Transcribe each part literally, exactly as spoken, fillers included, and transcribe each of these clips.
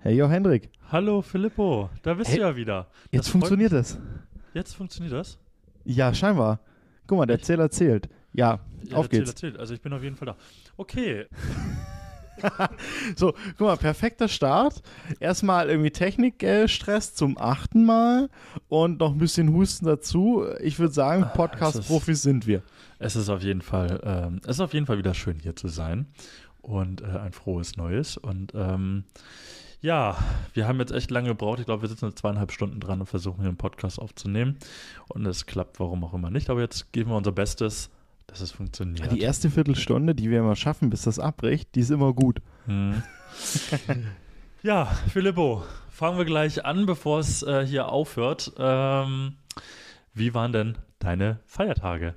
Hey, yo, Hendrik. Hallo Filippo, da bist Hey, du ja wieder. Jetzt Das funktioniert freut das. mich. Jetzt funktioniert das? Ja, scheinbar. Guck mal, der Echt? Zähler zählt. Ja, Ja, auf erzähl, geht's. erzähl. Also ich bin auf jeden Fall da. Okay, So, guck mal, perfekter Start. Erstmal irgendwie Technikstress zum achten Mal und noch ein bisschen Husten dazu. Ich würde sagen, Podcast-Profis sind wir. es ist auf jeden Fall, ähm, es ist auf jeden Fall wieder schön hier zu sein und äh, ein frohes Neues. Und ähm, ja, wir haben jetzt echt lange gebraucht. Ich glaube, wir sitzen jetzt zweieinhalb Stunden dran und versuchen hier einen Podcast aufzunehmen. Und es klappt, warum auch immer nicht. Aber jetzt geben wir unser Bestes, dass es funktioniert. Die erste Viertelstunde, die wir immer schaffen, bis das abbricht, die ist immer gut. Hm. Ja, Filippo, fangen wir gleich an, bevor es äh, hier aufhört. Ähm, wie waren denn deine Feiertage?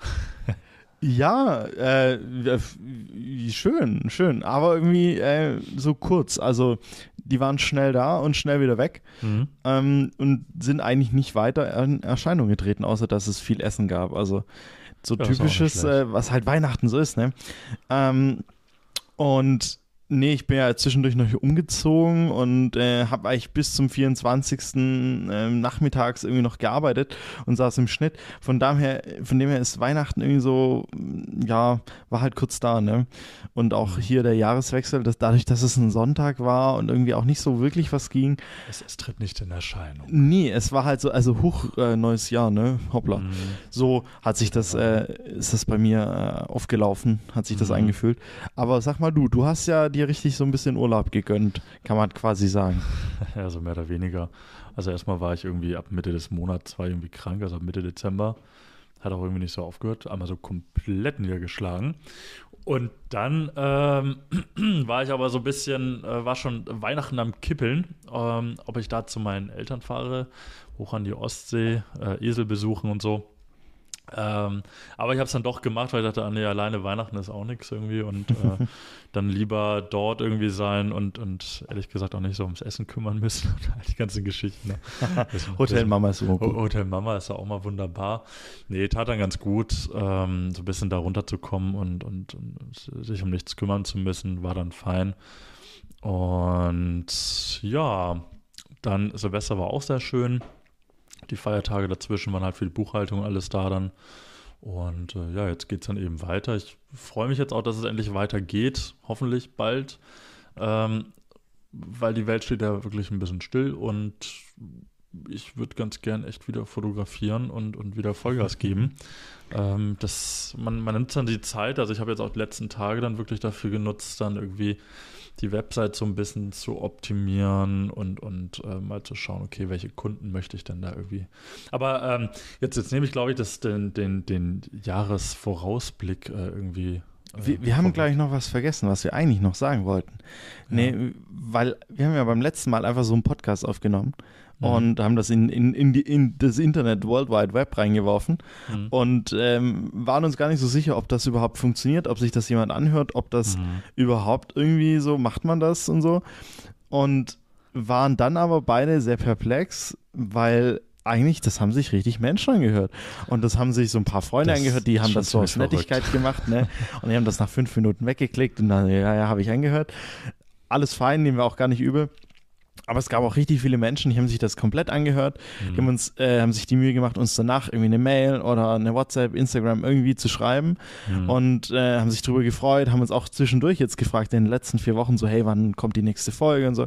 Ja, äh, f- schön, schön, aber irgendwie äh, so kurz. Also die waren schnell da und schnell wieder weg Hm? ähm, und sind eigentlich nicht weiter in Erscheinung getreten, außer dass es viel Essen gab. Also so Ja, ist auch nicht typisches, schlecht. äh, was halt Weihnachten so ist, ne? Ähm, und nee, ich bin ja zwischendurch noch hier umgezogen und äh, habe eigentlich bis zum vierundzwanzigsten Ähm, nachmittags irgendwie noch gearbeitet und saß im Schnitt. Von daher, von dem her ist Weihnachten irgendwie so, mm, ja, war halt kurz da, ne? Und auch Mhm. hier der Jahreswechsel, dass dadurch, dass es ein Sonntag war und irgendwie auch nicht so wirklich was ging. Es, es tritt nicht in Erscheinung. Nee, es war halt so, also huch, äh, neues Jahr, ne? Hoppla. Hm. So hat sich das, äh, ist das bei mir äh, aufgelaufen, hat sich das Mhm. eingefühlt. Aber sag mal du, du hast ja dir richtig so ein bisschen Urlaub gegönnt, kann man quasi sagen. Ja, so mehr oder weniger. Also erstmal war ich irgendwie ab Mitte des Monats war ich irgendwie krank, also ab Mitte Dezember. Hat auch irgendwie nicht so aufgehört, einmal so komplett niedergeschlagen. Und dann ähm, war ich aber so ein bisschen, äh, war schon Weihnachten am Kippeln, ähm, ob ich da zu meinen Eltern fahre, hoch an die Ostsee, äh, Esel besuchen und so. Ähm, aber ich habe es dann doch gemacht, weil ich dachte, ah, nee, alleine Weihnachten ist auch nichts irgendwie und äh, dann lieber dort irgendwie sein und, und ehrlich gesagt auch nicht so ums Essen kümmern müssen und all die ganzen Geschichten. Ne? Das- Hotel das- Mama ist immer Ho- gut. Hotel Mama ist ja auch mal wunderbar. Nee, tat dann ganz gut, ähm, so ein bisschen da runterzukommen und, und, und sich um nichts kümmern zu müssen, war dann fein. Und ja, dann Silvester war auch sehr schön. Die Feiertage dazwischen waren halt für die Buchhaltung alles da dann. Und äh, ja, jetzt geht es dann eben weiter. Ich freue mich jetzt auch, dass es endlich weitergeht, hoffentlich bald, ähm, weil die Welt steht ja wirklich ein bisschen still und ich würde ganz gern echt wieder fotografieren und, und wieder Vollgas geben. Ähm, das, man, man nimmt dann die Zeit, also ich habe jetzt auch die letzten Tage dann wirklich dafür genutzt, dann irgendwie die Website so ein bisschen zu optimieren und, und äh, mal zu schauen, okay, welche Kunden möchte ich denn da irgendwie. Aber ähm, jetzt, jetzt nehme ich, glaube ich, das, den, den, den Jahresvorausblick äh, irgendwie. Äh, Wir, wir haben vorweg. gleich noch was vergessen, was wir eigentlich noch sagen wollten. Nee, weil wir haben ja beim letzten Mal einfach so einen Podcast aufgenommen Mhm. und haben das in, in, in, die, in das Internet World Wide Web reingeworfen Mhm. und ähm, waren uns gar nicht so sicher, ob das überhaupt funktioniert, ob sich das jemand anhört, ob das Mhm. überhaupt irgendwie so, macht man das und so. Und waren dann aber beide sehr perplex, weil eigentlich, das haben sich richtig Menschen angehört. Und das haben sich so ein paar Freunde Das angehört, die ist haben schon das so aus ziemlich Nettigkeit gemacht, ne? Und die haben das nach fünf Minuten weggeklickt und dann, ja, ja, habe ich angehört. Alles fein, nehmen wir auch gar nicht übel. Aber es gab auch richtig viele Menschen, die haben sich das komplett angehört, die haben, uns, äh, haben sich die Mühe gemacht, uns danach irgendwie eine Mail oder eine WhatsApp, Instagram irgendwie zu schreiben Mhm. und äh, haben sich darüber gefreut, haben uns auch zwischendurch jetzt gefragt in den letzten vier Wochen so, hey, wann kommt die nächste Folge und so.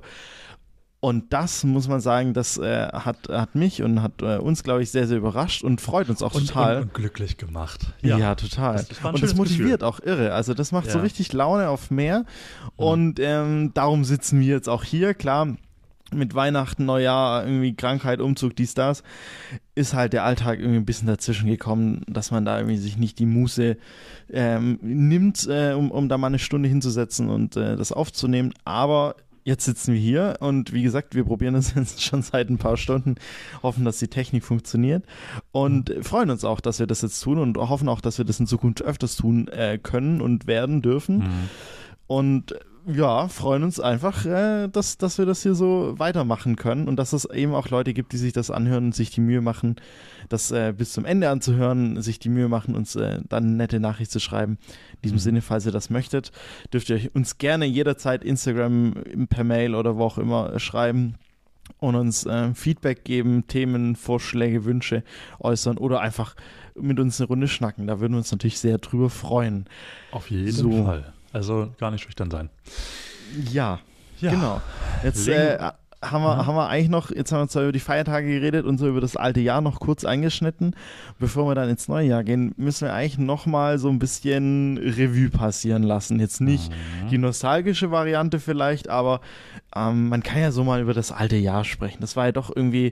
Und das, muss man sagen, das äh, hat, hat mich und hat äh, uns, glaube ich, sehr, sehr überrascht und freut uns auch und, total. Und, und glücklich gemacht. Ja, total. Das- das war ein und das schönes motiviert auch irre. Also das macht so Ja. richtig Laune auf mehr. Und ähm, darum sitzen wir jetzt auch hier. Klar, mit Weihnachten, Neujahr, irgendwie Krankheit, Umzug, dies, das, ist halt der Alltag irgendwie ein bisschen dazwischen gekommen, dass man da irgendwie sich nicht die Muße ähm, nimmt, äh, um, um da mal eine Stunde hinzusetzen und äh, das aufzunehmen. Aber jetzt sitzen wir hier und wie gesagt, wir probieren das jetzt schon seit ein paar Stunden, hoffen, dass die Technik funktioniert und äh, freuen uns auch, dass wir das jetzt tun und hoffen auch, dass wir das in Zukunft öfters tun äh, können und werden dürfen. Mhm. Und ja, freuen uns einfach, äh, dass, dass wir das hier so weitermachen können und dass es eben auch Leute gibt, die sich das anhören und sich die Mühe machen, das äh, bis zum Ende anzuhören, sich die Mühe machen, uns äh, dann eine nette Nachricht zu schreiben. In diesem Mhm. Sinne, falls ihr das möchtet, dürft ihr uns gerne jederzeit Instagram, per Mail oder wo auch immer schreiben und uns äh, Feedback geben, Themen, Vorschläge, Wünsche äußern oder einfach mit uns eine Runde schnacken. Da würden wir uns natürlich sehr drüber freuen. Auf jeden So. Fall. Also gar nicht schüchtern sein. Ja, Ja. genau. Jetzt Legen- äh, haben, wir, Ja. haben wir eigentlich noch, jetzt haben wir zwar über die Feiertage geredet und so über das alte Jahr noch kurz eingeschnitten. Bevor wir dann ins neue Jahr gehen, müssen wir eigentlich nochmal so ein bisschen Revue passieren lassen. Jetzt nicht Mhm. die nostalgische Variante vielleicht, aber ähm, man kann ja so mal über das alte Jahr sprechen. Das war ja doch irgendwie,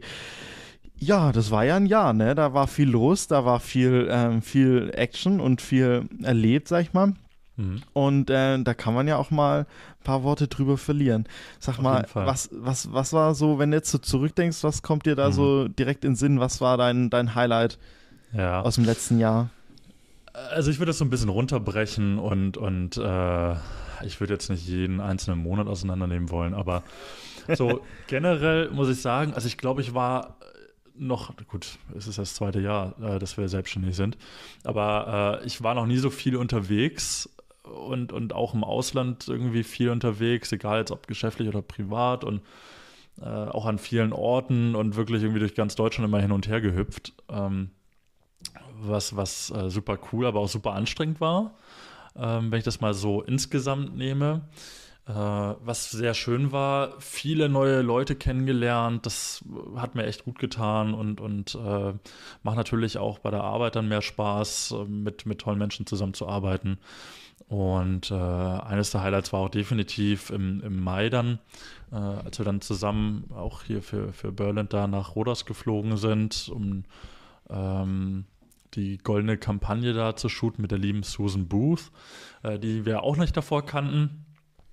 ja, das war ja ein Jahr, ne? Da war viel los, da war viel, ähm, viel Action und viel erlebt, sag ich mal. Mhm. Und äh, da kann man ja auch mal ein paar Worte drüber verlieren. Sag Auf mal, jeden Fall. was, was, was war so, wenn du jetzt so zurückdenkst, was kommt dir da Mhm. so direkt in den Sinn? Was war dein, dein Highlight Ja. aus dem letzten Jahr? Also ich würde das so ein bisschen runterbrechen und, und äh, ich würde jetzt nicht jeden einzelnen Monat auseinandernehmen wollen, aber so generell muss ich sagen, also ich glaube, ich war noch, gut, es ist das zweite Jahr, äh, dass wir selbstständig sind, aber äh, ich war noch nie so viel unterwegs und, und auch im Ausland irgendwie viel unterwegs, egal jetzt ob geschäftlich oder privat und äh, auch an vielen Orten und wirklich irgendwie durch ganz Deutschland immer hin und her gehüpft. Ähm, was, was äh, super cool, aber auch super anstrengend war, ähm, wenn ich das mal so insgesamt nehme. Äh, was sehr schön war, viele neue Leute kennengelernt, das hat mir echt gut getan und, und äh, macht natürlich auch bei der Arbeit dann mehr Spaß, äh, mit, mit tollen Menschen zusammenzuarbeiten. Und äh, eines der Highlights war auch definitiv im, im Mai dann, äh, als wir dann zusammen auch hier für, für Berlin da nach Rhodos geflogen sind, um ähm, die goldene Kampagne da zu shooten mit der lieben Susan Booth, äh, die wir auch nicht davor kannten.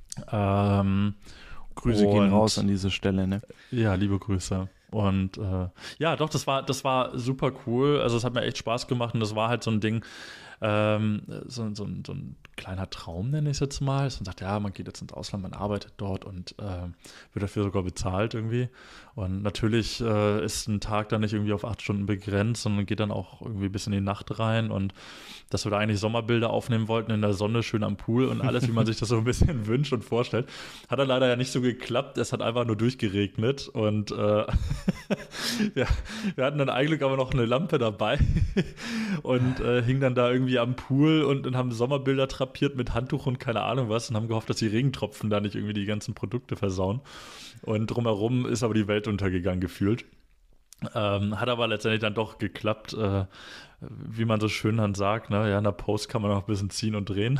Ähm, Grüße und, gehen raus an diese Stelle, ne? Ja, liebe Grüße. Und äh, ja, doch, das war, das war super cool. Also es hat mir echt Spaß gemacht und das war halt so ein Ding, ähm, so, so, so ein kleiner Traum, nenne ich es jetzt mal. Man sagt, ja, man geht jetzt ins Ausland, man arbeitet dort und äh, wird dafür sogar bezahlt irgendwie. Und natürlich äh, ist ein Tag dann nicht irgendwie auf acht Stunden begrenzt, sondern geht dann auch irgendwie bis in die Nacht rein. Und dass wir da eigentlich Sommerbilder aufnehmen wollten in der Sonne, schön am Pool und alles, wie man sich das so ein bisschen wünscht und vorstellt, hat dann leider ja nicht so geklappt. Es hat einfach nur durchgeregnet und äh, ja, wir hatten dann eigentlich aber noch eine Lampe dabei und äh, hingen dann da irgendwie am Pool und, und haben Sommerbilder trapiert mit Handtuch und keine Ahnung was und haben gehofft, dass die Regentropfen da nicht irgendwie die ganzen Produkte versauen. Und drumherum ist aber die Welt untergegangen gefühlt. Ähm, hat aber letztendlich dann doch geklappt, äh, wie man so schön dann sagt, ne? Ja, in der Post kann man noch ein bisschen ziehen und drehen.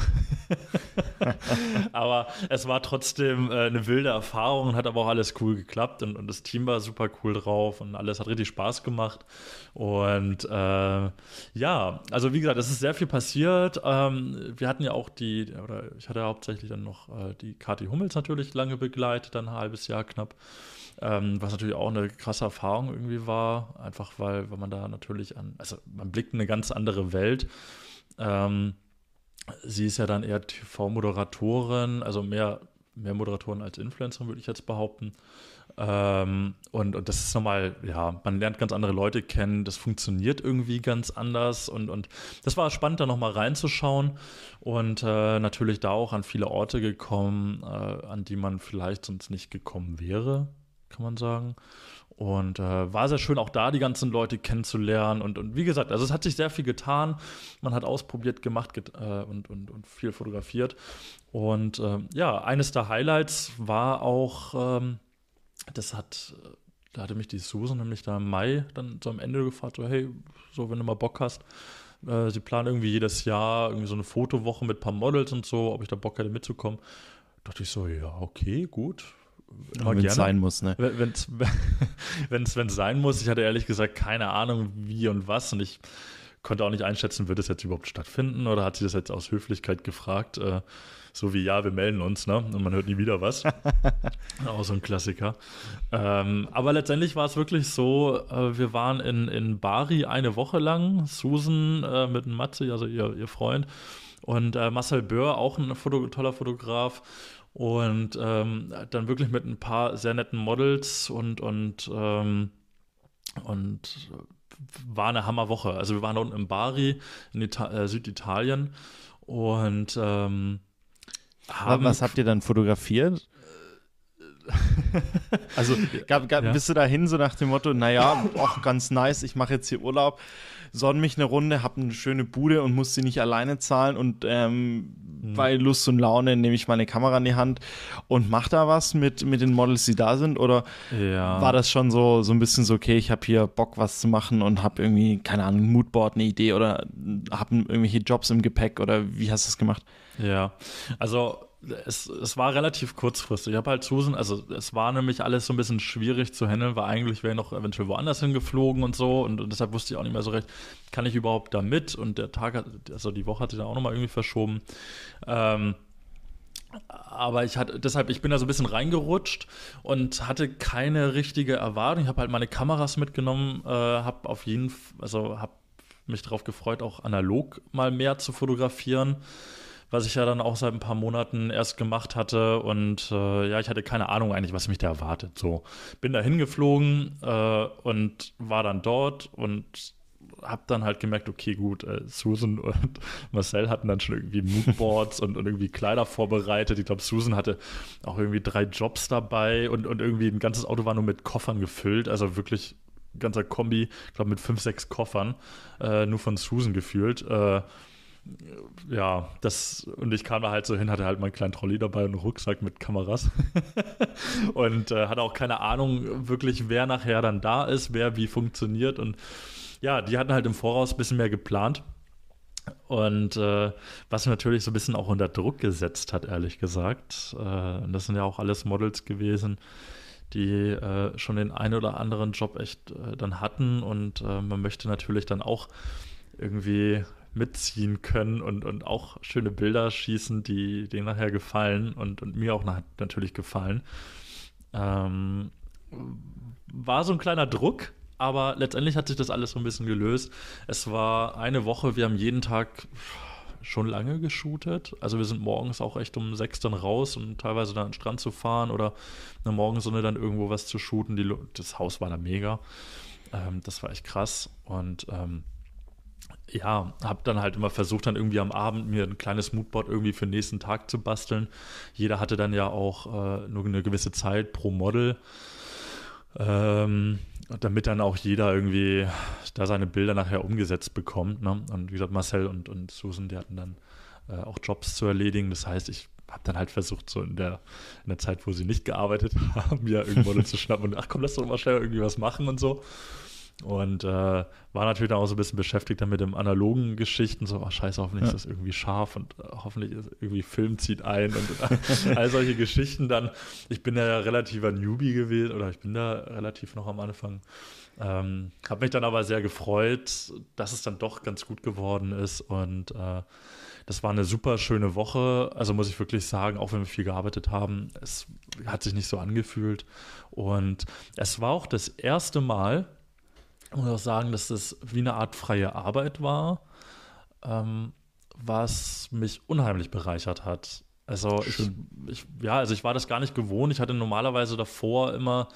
Aber es war trotzdem äh, eine wilde Erfahrung und hat aber auch alles cool geklappt und, und das Team war super cool drauf und alles hat richtig Spaß gemacht. Und äh, ja, also wie gesagt, es ist sehr viel passiert. Ähm, wir hatten ja auch die, oder ich hatte ja hauptsächlich dann noch äh, die Kathi Hummels natürlich lange begleitet, dann ein halbes Jahr knapp. Ähm, was natürlich auch eine krasse Erfahrung irgendwie war, einfach weil, weil man da natürlich an, also man blickt in eine ganz andere Welt. Ähm, sie ist ja dann eher T V-Moderatorin, also mehr, mehr Moderatorin als Influencerin, würde ich jetzt behaupten. Ähm, und, und das ist nochmal, ja, man lernt ganz andere Leute kennen, das funktioniert irgendwie ganz anders und, und das war spannend, da nochmal reinzuschauen und äh, natürlich da auch an viele Orte gekommen, äh, an die man vielleicht sonst nicht gekommen wäre, kann man sagen. Und äh, war sehr schön, auch da die ganzen Leute kennenzulernen. Und, und wie gesagt, also es hat sich sehr viel getan. Man hat ausprobiert, gemacht get äh, und, und, und viel fotografiert. Und äh, ja, eines der Highlights war auch, ähm, das hat, da hatte mich die Susan nämlich da im Mai dann so am Ende gefragt, so hey, so wenn du mal Bock hast, äh, sie planen irgendwie jedes Jahr irgendwie so eine Fotowoche mit ein paar Models und so, ob ich da Bock hätte mitzukommen. Da dachte ich so, ja, okay, gut. Wenn es sein muss, ne? Wenn es sein muss. Ich hatte ehrlich gesagt keine Ahnung, wie und was. Und ich konnte auch nicht einschätzen, wird es jetzt überhaupt stattfinden oder hat sie das jetzt aus Höflichkeit gefragt? Äh, so wie, ja, wir melden uns, ne? Und man hört nie wieder was. Auch so ein Klassiker. Ähm, aber letztendlich war es wirklich so, äh, wir waren in, in Bari eine Woche lang. Susan äh, mit Matze, also ihr, ihr Freund. Und äh, Marcel Böhr, auch ein Foto, toller Fotograf. Und ähm, dann wirklich mit ein paar sehr netten Models und, und, ähm, und war eine Hammerwoche. Also wir waren da unten im Bari in Ita- äh, Süditalien und ähm, haben... Was habt ihr dann fotografiert? Also gab, gab, Ja. bist du dahin so nach dem Motto, naja, auch ganz nice, ich mache jetzt hier Urlaub, sonn mich eine Runde, hab eine schöne Bude und muss sie nicht alleine zahlen und ähm, Hm. bei Lust und Laune nehme ich meine Kamera in die Hand und mach da was mit, mit den Models, die da sind? Oder Ja. war das schon so, so ein bisschen so, okay, ich habe hier Bock, was zu machen und habe irgendwie, keine Ahnung, ein Moodboard, eine Idee oder habe irgendwelche Jobs im Gepäck oder wie hast du es gemacht? Ja, also es, es war relativ kurzfristig. Ich habe halt Susan, also es war nämlich alles so ein bisschen schwierig zu handeln, weil eigentlich wäre ich noch eventuell woanders hingeflogen und so und, und deshalb wusste ich auch nicht mehr so recht, kann ich überhaupt da mit? Und der Tag, hat, also die Woche hat sich dann auch nochmal irgendwie verschoben. Ähm, aber ich hatte, deshalb, ich bin da so ein bisschen reingerutscht und hatte keine richtige Erwartung. Ich habe halt meine Kameras mitgenommen, äh, habe auf jeden Fall, also habe mich darauf gefreut, auch analog mal mehr zu fotografieren, was ich ja dann auch seit ein paar Monaten erst gemacht hatte und äh, ja, ich hatte keine Ahnung eigentlich, was mich da erwartet. So, bin da hingeflogen äh, und war dann dort und habe dann halt gemerkt, okay, gut, äh, Susan und Marcel hatten dann schon irgendwie Moodboards und, und irgendwie Kleider vorbereitet. Ich glaube, Susan hatte auch irgendwie drei Jobs dabei und, und irgendwie ein ganzes Auto war nur mit Koffern gefüllt, also wirklich ein ganzer Kombi, ich glaube mit fünf, sechs Koffern, äh, nur von Susan gefühlt. Äh, ja, das, und ich kam da halt so hin, hatte halt meinen kleinen Trolley dabei und einen Rucksack mit Kameras und äh, hatte auch keine Ahnung wirklich, wer nachher dann da ist, wer wie funktioniert und ja, die hatten halt im Voraus ein bisschen mehr geplant und äh, was mich natürlich so ein bisschen auch unter Druck gesetzt hat, ehrlich gesagt. Äh, und das sind ja auch alles Models gewesen, die äh, schon den einen oder anderen Job echt äh, dann hatten und äh, man möchte natürlich dann auch irgendwie mitziehen können und, und auch schöne Bilder schießen, die denen nachher gefallen und, und mir auch nach, natürlich gefallen. Ähm, war so ein kleiner Druck, aber letztendlich hat sich das alles so ein bisschen gelöst. Es war eine Woche, wir haben jeden Tag schon lange geshootet. Also wir sind morgens auch echt um sechs dann raus, um teilweise dann an den Strand zu fahren oder in der Morgensonne dann irgendwo was zu shooten. Die, das Haus war da mega. Ähm, das war echt krass und ähm, ja, habe dann halt immer versucht, dann irgendwie am Abend mir ein kleines Moodboard irgendwie für den nächsten Tag zu basteln. Jeder hatte dann ja auch äh, nur eine gewisse Zeit pro Model, ähm, damit dann auch jeder irgendwie da seine Bilder nachher umgesetzt bekommt. Ne? Und wie gesagt, Marcel und, und Susan, die hatten dann äh, auch Jobs zu erledigen. Das heißt, ich habe dann halt versucht, so in der, in der Zeit, wo sie nicht gearbeitet haben, mir irgendwo Model zu schnappen und ach komm, lass doch mal schnell irgendwie was machen und so. Und äh, war natürlich auch so ein bisschen beschäftigt dann mit den analogen Geschichten, so, oh scheiße, hoffentlich ja. ist das irgendwie scharf und äh, hoffentlich ist irgendwie Film zieht ein und äh, all solche Geschichten dann. Ich bin ja relativer Newbie gewesen oder ich bin da relativ noch am Anfang. Ähm, habe mich dann aber sehr gefreut, dass es dann doch ganz gut geworden ist und äh, das war eine super schöne Woche, also muss ich wirklich sagen, auch wenn wir viel gearbeitet haben, es hat sich nicht so angefühlt und es war auch das erste Mal, ich muss auch sagen, dass das wie eine Art freie Arbeit war, ähm, was mich unheimlich bereichert hat. Also ich, ich, ja, also ich war das gar nicht gewohnt. Ich hatte normalerweise davor immer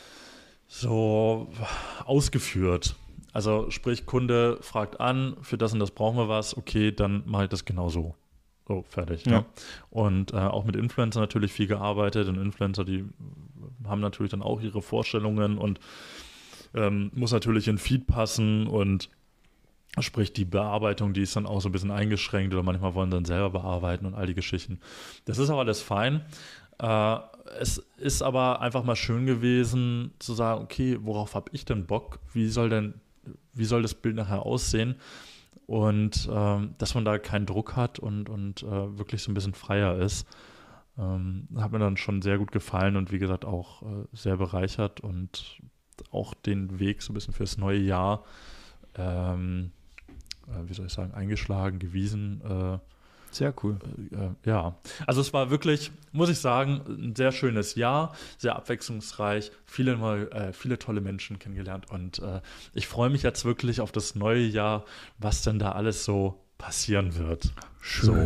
so ausgeführt. Also sprich, Kunde fragt an, für das und das brauchen wir was, okay, dann mache ich das genau so. So, fertig. Ja. Ne? Und äh, auch mit Influencer natürlich viel gearbeitet und Influencer, die haben natürlich dann auch ihre Vorstellungen und Ähm, muss natürlich in Feed passen und sprich die Bearbeitung, die ist dann auch so ein bisschen eingeschränkt oder manchmal wollen dann selber bearbeiten und all die Geschichten. Das ist auch alles fein. Äh, es ist aber einfach mal schön gewesen zu sagen, okay, worauf habe ich denn Bock? Wie soll denn, wie soll das Bild nachher aussehen? Und ähm, dass man da keinen Druck hat und, und äh, wirklich so ein bisschen freier ist. Ähm, hat mir dann schon sehr gut gefallen und wie gesagt auch äh, sehr bereichert und auch den Weg so ein bisschen fürs neue Jahr, ähm, äh, wie soll ich sagen, eingeschlagen, gewiesen. Äh, sehr cool. Äh, ja, also es war wirklich, muss ich sagen, ein sehr schönes Jahr, sehr abwechslungsreich, viele, neue, äh, viele tolle Menschen kennengelernt und äh, ich freue mich jetzt wirklich auf das neue Jahr, was denn da alles so passieren wird. Schön. So.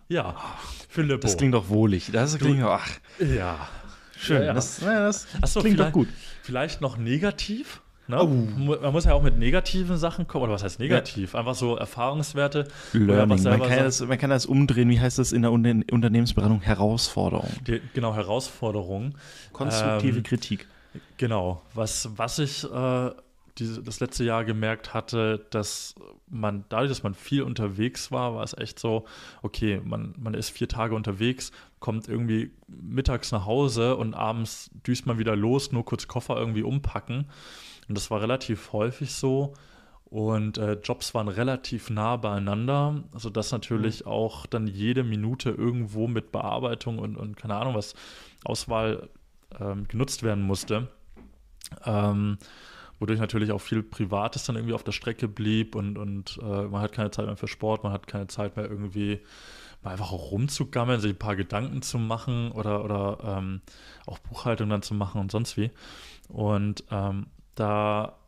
Ja, Philipp. Das klingt doch wohlig. Das klingt doch, ach, Ja. schön. Ja, ja. Das, ja, das Achso, klingt doch vielleicht, gut. vielleicht noch negativ. Ne? Oh. Mu- Man muss ja auch mit negativen Sachen kommen. Oder was heißt negativ? Einfach so Erfahrungswerte. Learning. Oder was Man selber kann, ja sagt. das, man kann das umdrehen. Wie heißt das in der Unter- Unternehmensberatung? Herausforderung. Die, genau, Herausforderungen. Konstruktive Ähm, Kritik. Genau. Was, was ich äh, diese, das letzte Jahr gemerkt hatte, dass man, dadurch, dass man viel unterwegs war, war es echt so, okay, man, man ist vier Tage unterwegs, kommt irgendwie mittags nach Hause und abends düst man wieder los, nur kurz Koffer irgendwie umpacken. Und das war relativ häufig so. Und äh, Jobs waren relativ nah beieinander, sodass natürlich mhm. auch dann jede Minute irgendwo mit Bearbeitung und, und keine Ahnung was, Auswahl ähm, genutzt werden musste. Ähm, wodurch natürlich auch viel Privates dann irgendwie auf der Strecke blieb und, und äh, man hat keine Zeit mehr für Sport, man hat keine Zeit mehr irgendwie mal einfach auch rumzugammeln, sich ein paar Gedanken zu machen oder, oder ähm, auch Buchhaltung dann zu machen und sonst wie. Und ähm, da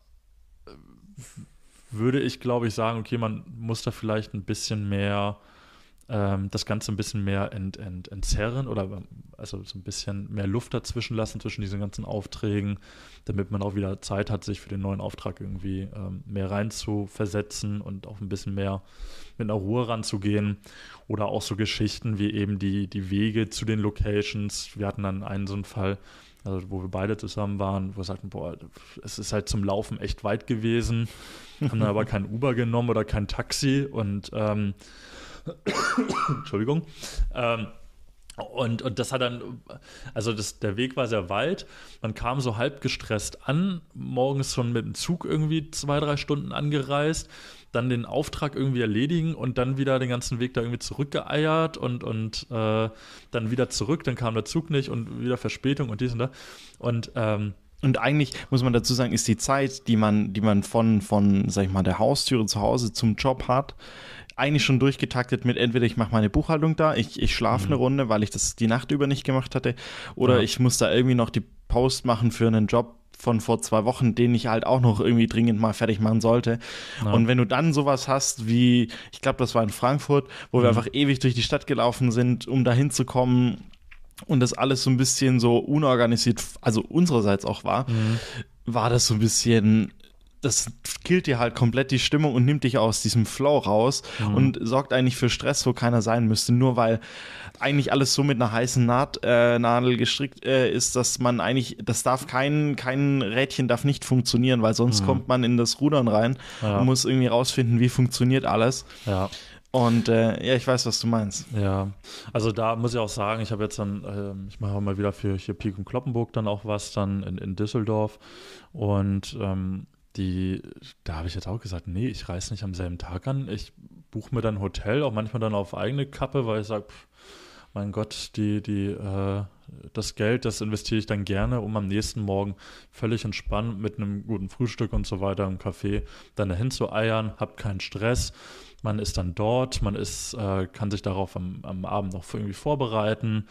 würde ich, glaube ich, sagen, okay, man muss da vielleicht ein bisschen mehr, ähm, das Ganze ein bisschen mehr ent, ent, entzerren oder also so ein bisschen mehr Luft dazwischen lassen, zwischen diesen ganzen Aufträgen, damit man auch wieder Zeit hat, sich für den neuen Auftrag irgendwie ähm, mehr rein zu versetzen und auch ein bisschen mehr mit einer Ruhe ranzugehen. Oder auch so Geschichten wie eben die, die Wege zu den Locations. Wir hatten dann einen so einen Fall, also wo wir beide zusammen waren, wo wir sagten, boah, es ist halt zum Laufen echt weit gewesen, haben dann aber kein Uber genommen oder kein Taxi und ähm, Entschuldigung, ähm, und, und das hat dann, also das, der Weg war sehr weit, man kam so halb gestresst an, morgens schon mit dem Zug irgendwie zwei, drei Stunden angereist, dann den Auftrag irgendwie erledigen und dann wieder den ganzen Weg da irgendwie zurückgeeiert und, und äh, dann wieder zurück, dann kam der Zug nicht und wieder Verspätung und dies und das. Und ähm, Und eigentlich muss man dazu sagen, ist die Zeit, die man, die man von, von, sag ich mal, der Haustüre zu Hause zum Job hat, eigentlich schon durchgetaktet mit entweder ich mache meine Buchhaltung da, ich, ich schlafe mhm. eine Runde, weil ich das die Nacht über nicht gemacht hatte, oder ja. ich muss da irgendwie noch die Post machen für einen Job von vor zwei Wochen, den ich halt auch noch irgendwie dringend mal fertig machen sollte. Ja. Und wenn du dann sowas hast wie, ich glaube, das war in Frankfurt, wo mhm. wir einfach ewig durch die Stadt gelaufen sind, um da hinzukommen und das alles so ein bisschen so unorganisiert, also unsererseits auch war, mhm. war das so ein bisschen, das killt dir halt komplett die Stimmung und nimmt dich aus diesem Flow raus mhm. und sorgt eigentlich für Stress, wo keiner sein müsste, nur weil eigentlich alles so mit einer heißen Naht, äh, Nadel gestrickt äh, ist, dass man eigentlich, das darf kein, kein Rädchen darf nicht funktionieren, weil sonst mhm. kommt man in das Rudern rein ja. und muss irgendwie rausfinden, wie funktioniert alles. Ja. Und äh, ja, ich weiß, was du meinst. Ja, also da muss ich auch sagen, ich habe jetzt dann, äh, ich mache mal wieder für hier Pieck und Kloppenburg dann auch was dann in, in Düsseldorf und ähm, die, da habe ich jetzt auch gesagt, nee, ich reise nicht am selben Tag an, ich buche mir dann ein Hotel, auch manchmal dann auf eigene Kappe, weil ich sage, mein Gott, die, die, äh, das Geld, das investiere ich dann gerne, um am nächsten Morgen völlig entspannt mit einem guten Frühstück und so weiter im Café dann dahin zu eiern, hab keinen Stress. Man ist dann dort, man ist, äh, kann sich darauf am, am Abend noch irgendwie vorbereiten.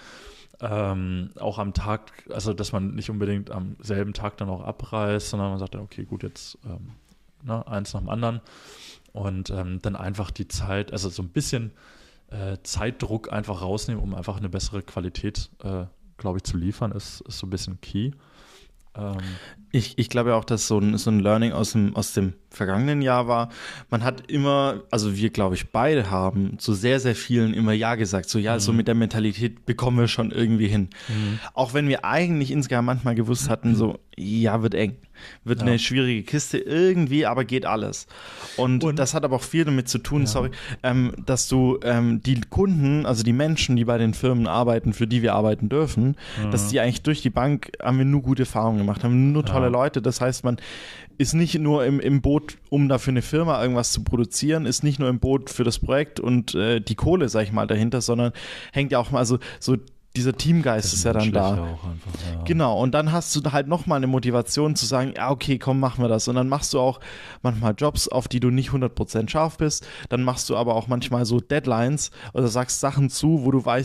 Ähm, auch am Tag, also dass man nicht unbedingt am selben Tag dann auch abreist, sondern man sagt, okay, gut, jetzt ähm, ne, eins nach dem anderen. Und ähm, dann einfach die Zeit, also so ein bisschen äh, Zeitdruck einfach rausnehmen, um einfach eine bessere Qualität, äh, glaube ich, zu liefern, ist, ist so ein bisschen key. Ähm, Ich, ich glaube ja auch, dass so ein, so ein Learning aus dem, aus dem vergangenen Jahr war, man hat immer, also wir glaube ich beide haben zu sehr, sehr vielen immer Ja gesagt, so ja, mhm. so mit der Mentalität bekommen wir schon irgendwie hin. Mhm. Auch wenn wir eigentlich insgesamt manchmal gewusst hatten, so ja, wird eng, wird ja. eine schwierige Kiste irgendwie, aber geht alles. Und, Und das hat aber auch viel damit zu tun, ja. sorry, ähm, dass du ähm, die Kunden, also die Menschen, die bei den Firmen arbeiten, für die wir arbeiten dürfen, mhm. dass die eigentlich durch die Bank, haben wir nur gute Erfahrungen gemacht, haben nur tolle ja. Leute. Das heißt, man ist nicht nur im, im Boot, um da für eine Firma irgendwas zu produzieren, ist nicht nur im Boot für das Projekt und äh, die Kohle, sag ich mal, dahinter, sondern hängt ja auch mal so, so dieser Teamgeist ist ja dann da. Auch einfach, ja. Genau, und dann hast du halt nochmal eine Motivation zu sagen, ja, okay, komm, machen wir das. Und dann machst du auch manchmal Jobs, auf die du nicht hundert Prozent scharf bist. Dann machst du aber auch manchmal so Deadlines oder sagst Sachen zu, wo du weißt,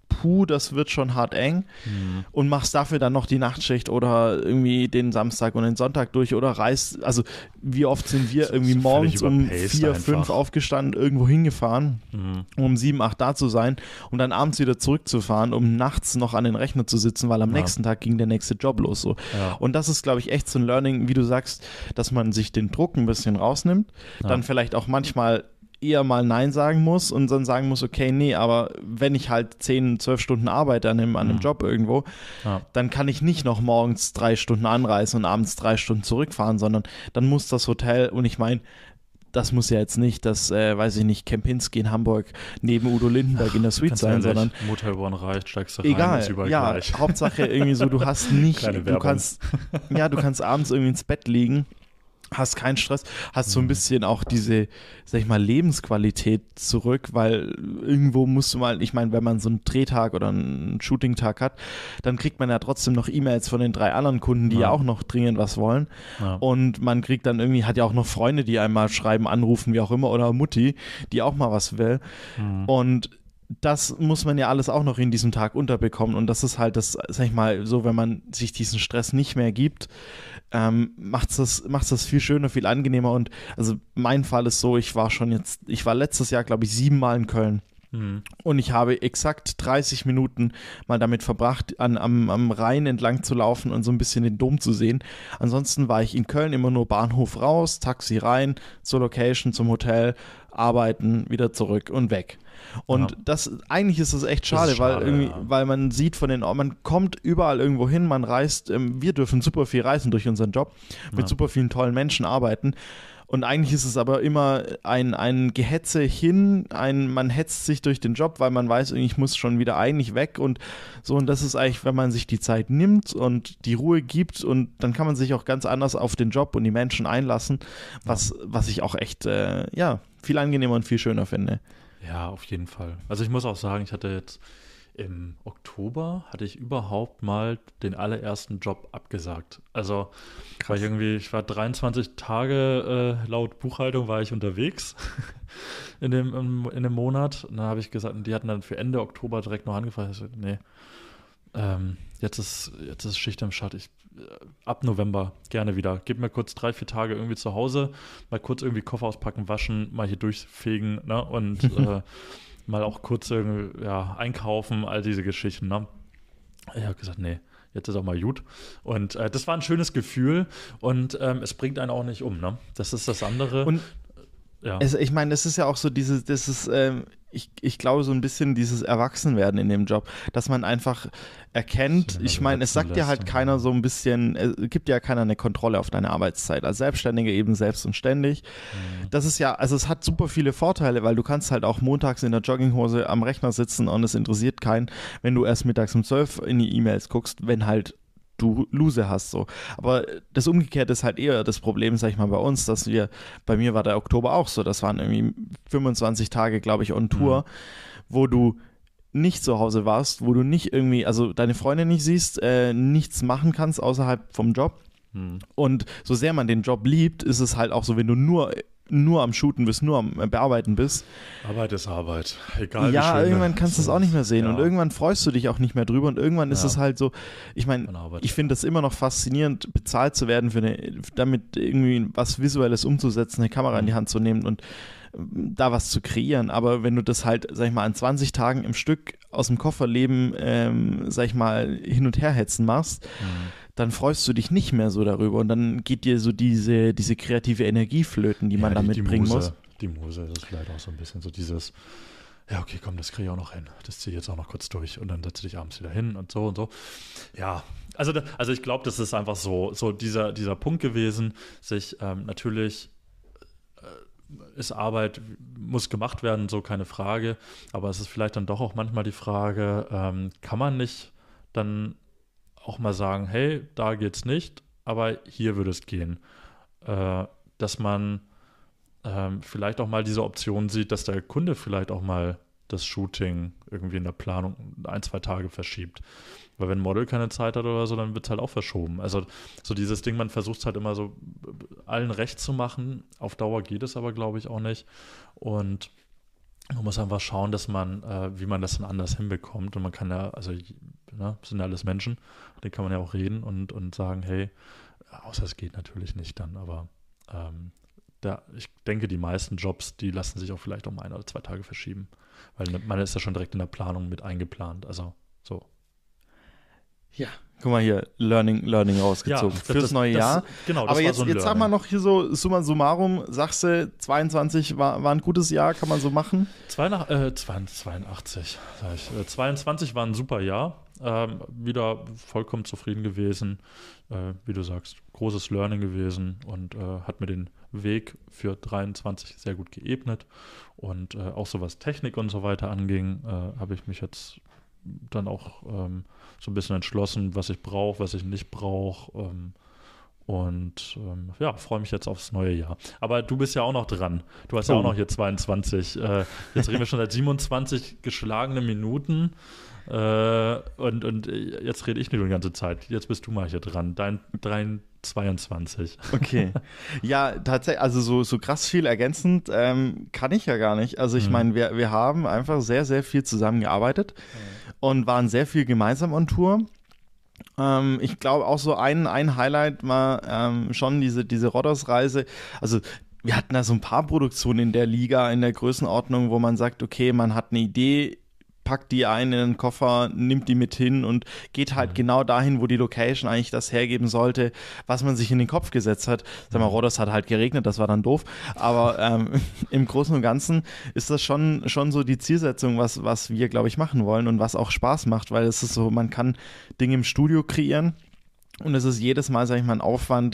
puh, das wird schon hart eng Mhm. und machst dafür dann noch die Nachtschicht oder irgendwie den Samstag und den Sonntag durch oder reist, also wie oft sind wir So- irgendwie so morgens völlig um überpaced vier, einfach. fünf aufgestanden, irgendwo hingefahren, Mhm. um um sieben, acht da zu sein, um dann abends wieder zurückzufahren, um nachts noch an den Rechner zu sitzen, weil am Ja. nächsten Tag ging der nächste Job los. So. Ja. Und das ist, glaube ich, echt so ein Learning, wie du sagst, dass man sich den Druck ein bisschen rausnimmt, Ja. dann vielleicht auch manchmal eher mal Nein sagen muss und dann sagen muss, okay, nee, aber wenn ich halt zehn, zwölf Stunden arbeite an einem, an einem Mhm. Job irgendwo, Ja. dann kann ich nicht noch morgens drei Stunden anreisen und abends drei Stunden zurückfahren, sondern dann muss das Hotel, und ich meine, das muss ja jetzt nicht das, äh, weiß ich nicht, Kempinski in Hamburg neben Udo Lindenberg in der Suite Ganz sein, ehrlich, sondern Motel One reicht, steigst du rein, egal, ist überall ja, gleich. Hauptsache irgendwie so, du hast nicht, Kleine du Werbung. kannst, ja, du kannst abends irgendwie ins Bett liegen, hast keinen Stress, hast so ein Mhm. bisschen auch diese, sag ich mal, Lebensqualität zurück, weil irgendwo musst du mal, ich meine, wenn man so einen Drehtag oder einen Shooting-Tag hat, dann kriegt man ja trotzdem noch E-Mails von den drei anderen Kunden, die ja, Ja. auch noch dringend was wollen. Ja. Und man kriegt dann irgendwie, hat ja auch noch Freunde, die einmal schreiben, anrufen, wie auch immer, oder Mutti, die auch mal was will. Mhm. Und das muss man ja alles auch noch in diesem Tag unterbekommen. Und das ist halt das, sag ich mal, so, wenn man sich diesen Stress nicht mehr gibt, ähm, macht's das, macht's das viel schöner, viel angenehmer. Und also mein Fall ist so, ich war schon jetzt, ich war letztes Jahr, glaube ich, siebenmal in Köln. Mhm. Und ich habe exakt dreißig Minuten mal damit verbracht, an, am, am Rhein entlang zu laufen und so ein bisschen den Dom zu sehen. Ansonsten war ich in Köln immer nur Bahnhof raus, Taxi rein, zur Location, zum Hotel, arbeiten, wieder zurück und weg. Und Ja. das, eigentlich ist es echt Das schade, ist weil schade, irgendwie, ja. weil man sieht von den, man kommt überall irgendwo hin, man reist, ähm, wir dürfen super viel reisen durch unseren Job, mit Ja. super vielen tollen Menschen arbeiten. Und eigentlich ist es aber immer ein, ein Gehetze hin, ein, man hetzt sich durch den Job, weil man weiß, ich muss schon wieder eigentlich weg und so. Und das ist eigentlich, wenn man sich die Zeit nimmt und die Ruhe gibt, und dann kann man sich auch ganz anders auf den Job und die Menschen einlassen, was, was ich auch echt, äh, ja, viel angenehmer und viel schöner finde. Ja, auf jeden Fall. Also ich muss auch sagen, ich hatte jetzt im Oktober hatte ich überhaupt mal den allerersten Job abgesagt. Also war ich irgendwie, ich war dreiundzwanzig Tage äh, laut Buchhaltung war ich unterwegs in dem, in, in dem Monat. Und dann habe ich gesagt, und die hatten dann für Ende Oktober direkt noch angefragt. Ich so, nee, ähm, jetzt ist, jetzt ist Schicht im Schacht. Ich, äh, ab November gerne wieder. Gib mir kurz drei, vier Tage irgendwie zu Hause, mal kurz irgendwie Koffer auspacken, waschen, mal hier durchfegen, ne? Und äh, mal auch kurz irgendwie, ja, einkaufen, all diese Geschichten, ne? Ich habe gesagt, nee, jetzt ist auch mal gut. Und äh, das war ein schönes Gefühl und ähm, es bringt einen auch nicht um, ne? Das ist das andere. Und ja. Es, ich meine, das ist ja auch so dieses, das ist, ähm, ich, ich glaube, so ein bisschen dieses Erwachsenwerden in dem Job, dass man einfach erkennt, Schön, ich also meine, es sagt dir halt Wachsenleistung, keiner ja. so ein bisschen, es gibt ja keiner eine Kontrolle auf deine Arbeitszeit. Als Selbstständiger eben selbst und ständig. Mhm. Das ist ja, also es hat super viele Vorteile, weil du kannst halt auch montags in der Jogginghose am Rechner sitzen und es interessiert keinen, wenn du erst mittags um zwölf in die E-Mails guckst, wenn halt du Lose hast, so. Aber das Umgekehrte ist halt eher das Problem, sag ich mal, bei uns, dass wir, bei mir war der Oktober auch so, das waren irgendwie fünfundzwanzig Tage, glaube ich, on Tour, Mhm. wo du nicht zu Hause warst, wo du nicht irgendwie, also deine Freunde nicht siehst, äh, nichts machen kannst außerhalb vom Job. Mhm. Und so sehr man den Job liebt, ist es halt auch so, wenn du nur nur am Shooten bist, nur am Bearbeiten bist. Arbeit ist Arbeit. Egal wie Ja, schön irgendwann das kannst du es auch nicht mehr sehen ja. und irgendwann freust du dich auch nicht mehr drüber und irgendwann ist Ja. es halt so, ich meine, Von Arbeit. ich finde das immer noch faszinierend, bezahlt zu werden, für eine, damit irgendwie was Visuelles umzusetzen, eine Kamera in die Hand zu nehmen und ähm, da was zu kreieren. Aber wenn du das halt, sag ich mal, an zwanzig Tagen im Stück aus dem Kofferleben, ähm, sag ich mal, hin und her hetzen machst, Mhm. dann freust du dich nicht mehr so darüber und dann geht dir so diese, diese kreative Energie flöten, die man Ja, da die, mitbringen die Muse, muss. Die Muse ist vielleicht auch so ein bisschen so dieses, ja, okay, komm, das kriege ich auch noch hin. Das ziehe ich jetzt auch noch kurz durch und dann setze dich abends wieder hin und so und so. Ja, also, da, also ich glaube, das ist einfach so, so dieser, dieser Punkt gewesen, sich ähm, natürlich äh, ist Arbeit, muss gemacht werden, so keine Frage, aber es ist vielleicht dann doch auch manchmal die Frage, ähm, kann man nicht dann auch mal sagen, hey, da geht's nicht, aber hier würde es gehen. Äh, dass man ähm, vielleicht auch mal diese Option sieht, dass der Kunde vielleicht auch mal das Shooting irgendwie in der Planung ein, zwei Tage verschiebt. Weil wenn ein Model keine Zeit hat oder so, dann wird es halt auch verschoben. Also so dieses Ding, man versucht es halt immer so allen recht zu machen. Auf Dauer geht es aber, glaube ich, auch nicht. Und Man muss einfach schauen, dass man, äh, wie man das dann anders hinbekommt. Und man kann ja, also, ne, das sind ja alles Menschen, denen kann man ja auch reden und, und sagen, hey, außer es geht natürlich nicht dann, aber ähm, da, ich denke, die meisten Jobs, die lassen sich auch vielleicht um ein oder zwei Tage verschieben. Weil man ist ja schon direkt in der Planung mit eingeplant. Also so. Ja, guck mal hier, Learning, Learning rausgezogen Ja, fürs das, neue das, Jahr. Genau, das Aber war jetzt, so ein jetzt sag Learning. mal noch hier so, summa summarum, sagst du, zweiundzwanzig war, war ein gutes Jahr, kann man so machen? Zweiundach- äh, zweiundachtzig, sag ich. Äh, zweiundzwanzig war ein super Jahr. Ähm, wieder vollkommen zufrieden gewesen. Äh, wie du sagst, großes Learning gewesen und äh, hat mir den Weg für dreiundzwanzig sehr gut geebnet. Und äh, auch so was Technik und so weiter anging, äh, habe ich mich jetzt dann auch ähm, so ein bisschen entschlossen, was ich brauche, was ich nicht brauche. Ähm, und ähm, ja, freue mich jetzt aufs neue Jahr. Aber du bist ja auch noch dran. Du hast ja Oh. auch noch hier zweiundzwanzig. Äh, jetzt reden wir schon seit siebenundzwanzig geschlagene Minuten. Äh, und, und jetzt rede ich nicht die ganze Zeit. Jetzt bist du mal hier dran. Dein, dein zweiundzwanzig. Okay. Ja, tatsächlich, also so, so krass viel ergänzend ähm, kann ich ja gar nicht. Also ich Mhm. meine, wir, wir haben einfach sehr, sehr viel zusammengearbeitet und waren sehr viel gemeinsam on Tour. Ähm, ich glaube auch so ein, ein Highlight war ähm, schon diese, diese Rhodos-Reise. Also wir hatten da so ein paar Produktionen in der Liga, in der Größenordnung, wo man sagt, okay, man hat eine Idee, packt die ein in den Koffer, nimmt die mit hin und geht halt Mhm. genau dahin, wo die Location eigentlich das hergeben sollte, was man sich in den Kopf gesetzt hat. Sag mal, Rhodos hat halt geregnet, das war dann doof, aber ähm, im Großen und Ganzen ist das schon, schon so die Zielsetzung, was, was wir, glaube ich, machen wollen und was auch Spaß macht, weil es ist so, man kann Dinge im Studio kreieren und es ist jedes Mal, sag ich mal, ein Aufwand,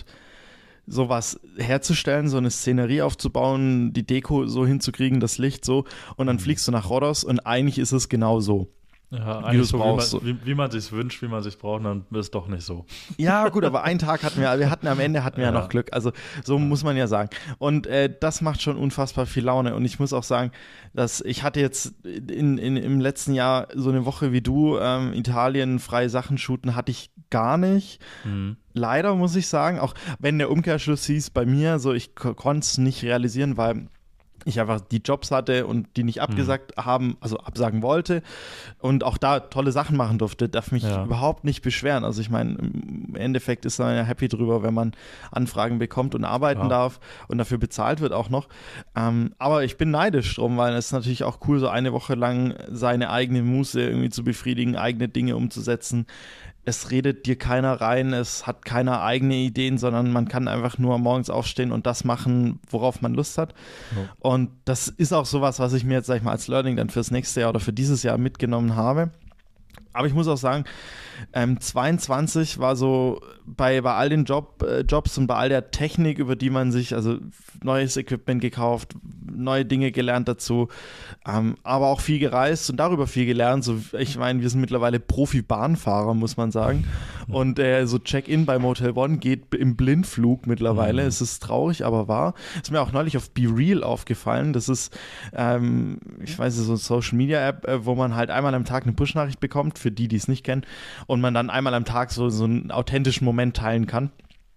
sowas herzustellen, so eine Szenerie aufzubauen, die Deko so hinzukriegen, das Licht so und dann fliegst du nach Rhodos und eigentlich ist es genau so. Ja, Wie eigentlich du's so, brauchst. wie man, wie, wie man sich wünscht, wie man sich braucht, dann ist es doch nicht so. Ja, gut, aber einen Tag hatten wir, wir hatten am Ende hatten wir ja, Ja. noch Glück. Also so muss man ja sagen. Und äh, das macht schon unfassbar viel Laune. Und ich muss auch sagen, dass ich hatte jetzt in, in, im letzten Jahr so eine Woche wie du, ähm, Italien, freie Sachen shooten, hatte ich gar nicht. Mhm. Leider muss ich sagen, auch wenn der Umkehrschluss hieß bei mir, so ich konnte es nicht realisieren, weil ich einfach die Jobs hatte und die nicht abgesagt haben, also absagen wollte und auch da tolle Sachen machen durfte, darf mich Ja. überhaupt nicht beschweren. Also ich meine, im Endeffekt ist man ja happy drüber, wenn man Anfragen bekommt und arbeiten Ja. darf und dafür bezahlt wird auch noch. Ähm, aber ich bin neidisch drum, weil es ist natürlich auch cool, so eine Woche lang seine eigene Muße irgendwie zu befriedigen, eigene Dinge umzusetzen. Es redet dir keiner rein, es hat keiner eigene Ideen, sondern man kann einfach nur morgens aufstehen und das machen, worauf man Lust hat. Ja. Und das ist auch sowas, was ich mir jetzt, sag ich mal, als Learning dann fürs nächste Jahr oder für dieses Jahr mitgenommen habe. Aber ich muss auch sagen, ähm, zweiundzwanzig war so bei, bei all den Job, äh, Jobs und bei all der Technik, über die man sich, also neues Equipment gekauft, neue Dinge gelernt dazu, ähm, aber auch viel gereist und darüber viel gelernt. So, ich meine, wir sind mittlerweile Profi-Bahnfahrer, muss man sagen. Und äh, so Check-in bei Motel One geht im Blindflug mittlerweile. Mhm. Es ist traurig, aber wahr. Ist mir auch neulich auf Be Real aufgefallen. Das ist, ähm, ich weiß nicht, so eine Social-Media-App, äh, wo man halt einmal am Tag eine Push-Nachricht bekommt, für die, die es nicht kennen, und man dann einmal am Tag so, so einen authentischen Moment teilen kann.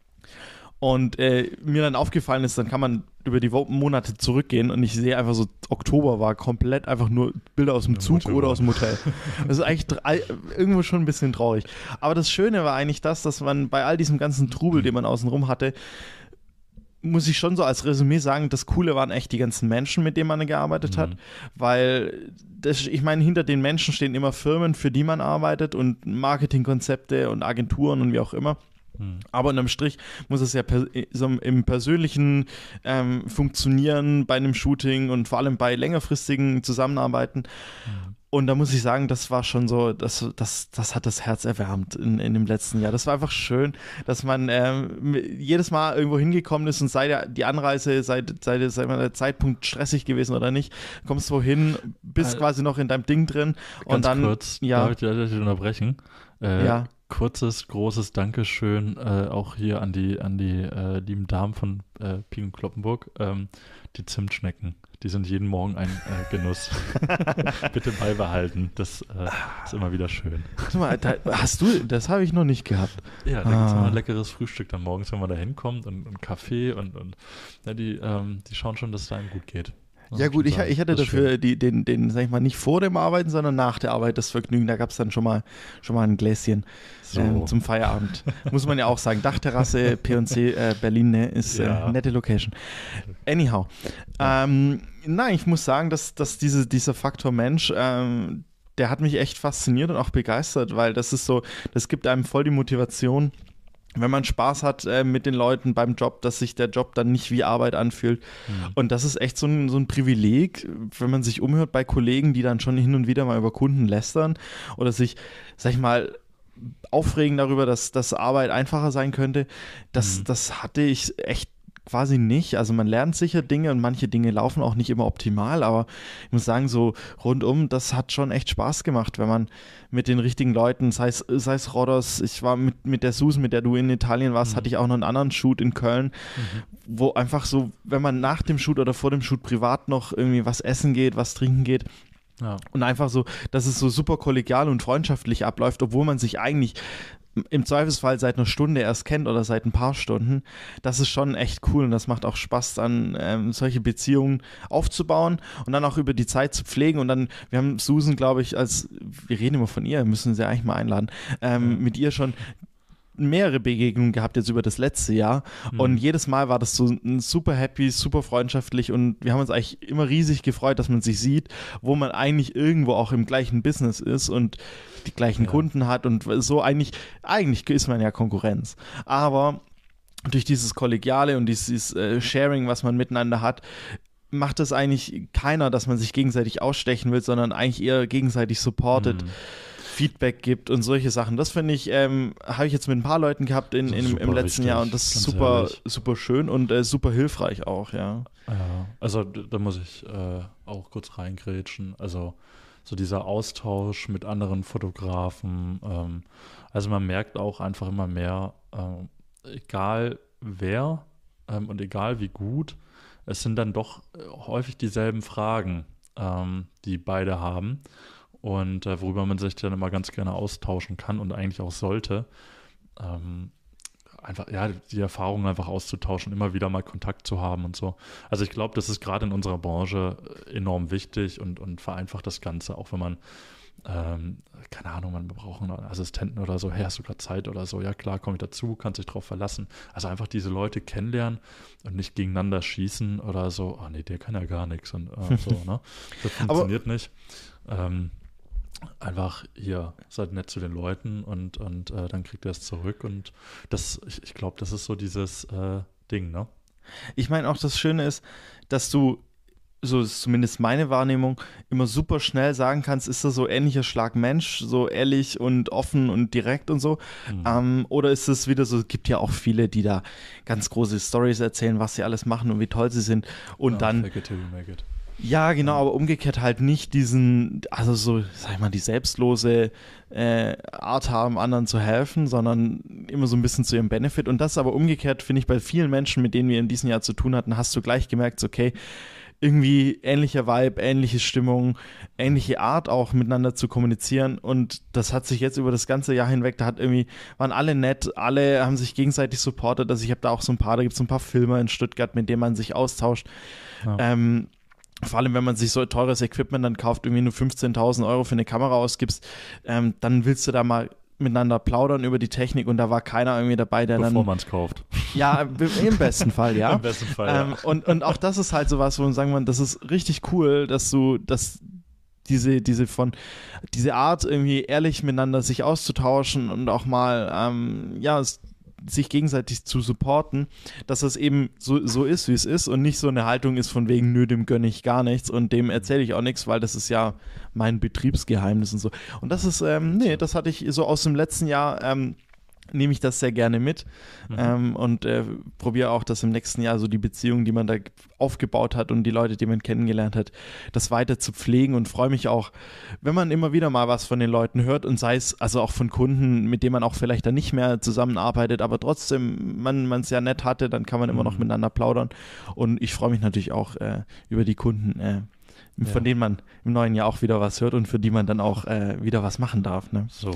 Und äh, mir dann aufgefallen ist, dann kann man über die Wo- Monate zurückgehen und ich sehe einfach so, Oktober war komplett einfach nur Bilder aus dem Im Zug Hotel oder war. aus dem Hotel. Das ist eigentlich drei, irgendwo schon ein bisschen traurig. Aber das Schöne war eigentlich das, dass man bei all diesem ganzen Trubel, den man außenrum hatte, muss ich schon so als Resümee sagen, das Coole waren echt die ganzen Menschen, mit denen man gearbeitet hat, Mhm. weil das, ich meine, hinter den Menschen stehen immer Firmen, für die man arbeitet und Marketingkonzepte und Agenturen und wie auch immer. Mhm. Aber unterm Strich muss es ja per, so im Persönlichen ähm, funktionieren bei einem Shooting und vor allem bei längerfristigen Zusammenarbeiten. Mhm. Und da muss ich sagen, das war schon so, das, das, das hat das Herz erwärmt in, in dem letzten Jahr. Das war einfach schön, dass man ähm, jedes Mal irgendwo hingekommen ist und sei der, die Anreise, sei, sei, sei mal der Zeitpunkt stressig gewesen oder nicht, kommst wohin, bist Äh, quasi noch in deinem Ding drin und Ganz dann, kurz, ja. darf ich dich darf ich dich unterbrechen? Äh, Ja. Kurzes, großes Dankeschön äh, auch hier an die, an die äh, lieben Damen von äh, Pien Kloppenburg. Ähm, die Zimtschnecken, die sind jeden Morgen ein äh, Genuss. Bitte beibehalten, das äh, ist immer wieder schön. Warte mal, da, hast du, das habe ich noch nicht gehabt. Ja, da Ah. gibt es immer ein leckeres Frühstück dann morgens, wenn man da hinkommt und, und Kaffee und, und ja, die, ähm, die schauen schon, dass es einem gut geht. Ja gut, ich, ich hatte dafür die, den, den, sag ich mal, nicht vor dem Arbeiten, sondern nach der Arbeit das Vergnügen. Da gab es dann schon mal, schon mal ein Gläschen so. ähm, zum Feierabend. Muss man ja auch sagen. Dachterrasse, P und C äh, Berlin, ne, ist ja. äh, nette Location. Anyhow. Ja. Ähm, nein, ich muss sagen, dass, dass diese, dieser Faktor Mensch, ähm, der hat mich echt fasziniert und auch begeistert, weil das ist so, das gibt einem voll die Motivation, wenn man Spaß hat äh, mit den Leuten beim Job, dass sich der Job dann nicht wie Arbeit anfühlt. Mhm. Und das ist echt so ein, so ein Privileg, wenn man sich umhört bei Kollegen, die dann schon hin und wieder mal über Kunden lästern oder sich, sag ich mal, aufregen darüber, dass, dass Arbeit einfacher sein könnte. Das, mhm. das hatte ich echt quasi nicht. Also man lernt sicher Dinge und manche Dinge laufen auch nicht immer optimal, aber ich muss sagen, so rundum, das hat schon echt Spaß gemacht, wenn man mit den richtigen Leuten, sei es, sei es Rodos, ich war mit, mit der Susan, mit der du in Italien warst, mhm. hatte ich auch noch einen anderen Shoot in Köln, mhm. wo einfach so, wenn man nach dem Shoot oder vor dem Shoot privat noch irgendwie was essen geht, was trinken geht, ja. und einfach so, dass es so super kollegial und freundschaftlich abläuft, obwohl man sich eigentlich im Zweifelsfall seit einer Stunde erst kennt oder seit ein paar Stunden, das ist schon echt cool und das macht auch Spaß, dann ähm, solche Beziehungen aufzubauen und dann auch über die Zeit zu pflegen und dann, wir haben Susan, glaube ich, als, wir reden immer von ihr, müssen sie eigentlich mal einladen, ähm, mhm. mit ihr schon mehrere Begegnungen gehabt jetzt über das letzte Jahr mhm. und jedes Mal war das so super happy, super freundschaftlich und wir haben uns eigentlich immer riesig gefreut, dass man sich sieht, wo man eigentlich irgendwo auch im gleichen Business ist und die gleichen ja. Kunden hat und so eigentlich, eigentlich ist man ja Konkurrenz, aber durch dieses Kollegiale und dieses äh, Sharing, was man miteinander hat, macht das eigentlich keiner, dass man sich gegenseitig ausstechen will, sondern eigentlich eher gegenseitig supportet. Mhm. Feedback gibt und solche Sachen. Das finde ich, ähm, habe ich jetzt mit ein paar Leuten gehabt in, in, im letzten wichtig, Jahr und das ist super, ehrlich. super schön und äh, super hilfreich auch, ja. Ja, also da muss ich äh, auch kurz reingrätschen. Also so dieser Austausch mit anderen Fotografen. Ähm, also man merkt auch einfach immer mehr, äh, egal wer ähm, und egal wie gut, es sind dann doch häufig dieselben Fragen, ähm, die beide haben. Und äh, worüber man sich dann immer ganz gerne austauschen kann und eigentlich auch sollte, ähm, einfach, ja, die Erfahrungen einfach auszutauschen, immer wieder mal Kontakt zu haben und so. Also ich glaube, das ist gerade in unserer Branche enorm wichtig und, und vereinfacht das Ganze, auch wenn man, ähm, keine Ahnung, man braucht einen Assistenten oder so, hey, hast du gerade Zeit oder so, ja klar, komme ich dazu, kannst dich drauf verlassen. Also einfach diese Leute kennenlernen und nicht gegeneinander schießen oder so, oh nee, der kann ja gar nichts und äh, so, ne? Das funktioniert Aber nicht. Ähm, Einfach hier, seid nett zu den Leuten und, und äh, dann kriegt er es zurück und das, ich, ich glaube, das ist so dieses äh, Ding, ne? Ich meine auch, das Schöne ist, dass du, so ist zumindest meine Wahrnehmung, immer super schnell sagen kannst, ist das so ähnlicher Schlag Mensch, so ehrlich und offen und direkt und so, mhm. ähm, oder ist es wieder so, es gibt ja auch viele, die da ganz große Storys erzählen, was sie alles machen und wie toll sie sind und ja, dann fake it till you make it. Ja, genau, aber umgekehrt halt nicht diesen, also so, sag ich mal, die selbstlose äh, Art haben, anderen zu helfen, sondern immer so ein bisschen zu ihrem Benefit. Und das aber umgekehrt, finde ich, bei vielen Menschen, mit denen wir in diesem Jahr zu tun hatten, hast du gleich gemerkt, okay, irgendwie ähnlicher Vibe, ähnliche Stimmung, ähnliche Art auch miteinander zu kommunizieren und das hat sich jetzt über das ganze Jahr hinweg, da hat irgendwie, waren alle nett, alle haben sich gegenseitig supportet, also ich habe da auch so ein paar, da gibt es so ein paar Filmer in Stuttgart, mit denen man sich austauscht, ja. ähm, vor allem, wenn man sich so teures Equipment dann kauft, irgendwie nur fünfzehntausend Euro für eine Kamera ausgibst, ähm, dann willst du da mal miteinander plaudern über die Technik und da war keiner irgendwie dabei, der Bevor dann... Bevor man es kauft. Ja, im besten Fall, ja. Im besten Fall, ähm, ja. Und, und auch das ist halt sowas, wo man sagen kann, das ist richtig cool, dass du, dass diese, diese von, diese Art irgendwie ehrlich miteinander sich auszutauschen und auch mal, ähm, ja, es sich gegenseitig zu supporten, dass das eben so, so ist, wie es ist und nicht so eine Haltung ist von wegen, nö, dem gönne ich gar nichts und dem erzähle ich auch nichts, weil das ist ja mein Betriebsgeheimnis und so. Und das ist, ähm, nee, das hatte ich so aus dem letzten Jahr, ähm, nehme ich das sehr gerne mit mhm. ähm, und äh, probiere auch, dass im nächsten Jahr so die Beziehungen, die man da aufgebaut hat und die Leute, die man kennengelernt hat, das weiter zu pflegen und freue mich auch, wenn man immer wieder mal was von den Leuten hört und sei es also auch von Kunden, mit denen man auch vielleicht dann nicht mehr zusammenarbeitet, aber trotzdem man es ja nett hatte, dann kann man immer mhm. noch miteinander plaudern und ich freue mich natürlich auch äh, über die Kunden, äh, von ja. denen man im neuen Jahr auch wieder was hört und für die man dann auch äh, wieder was machen darf. Ne? So.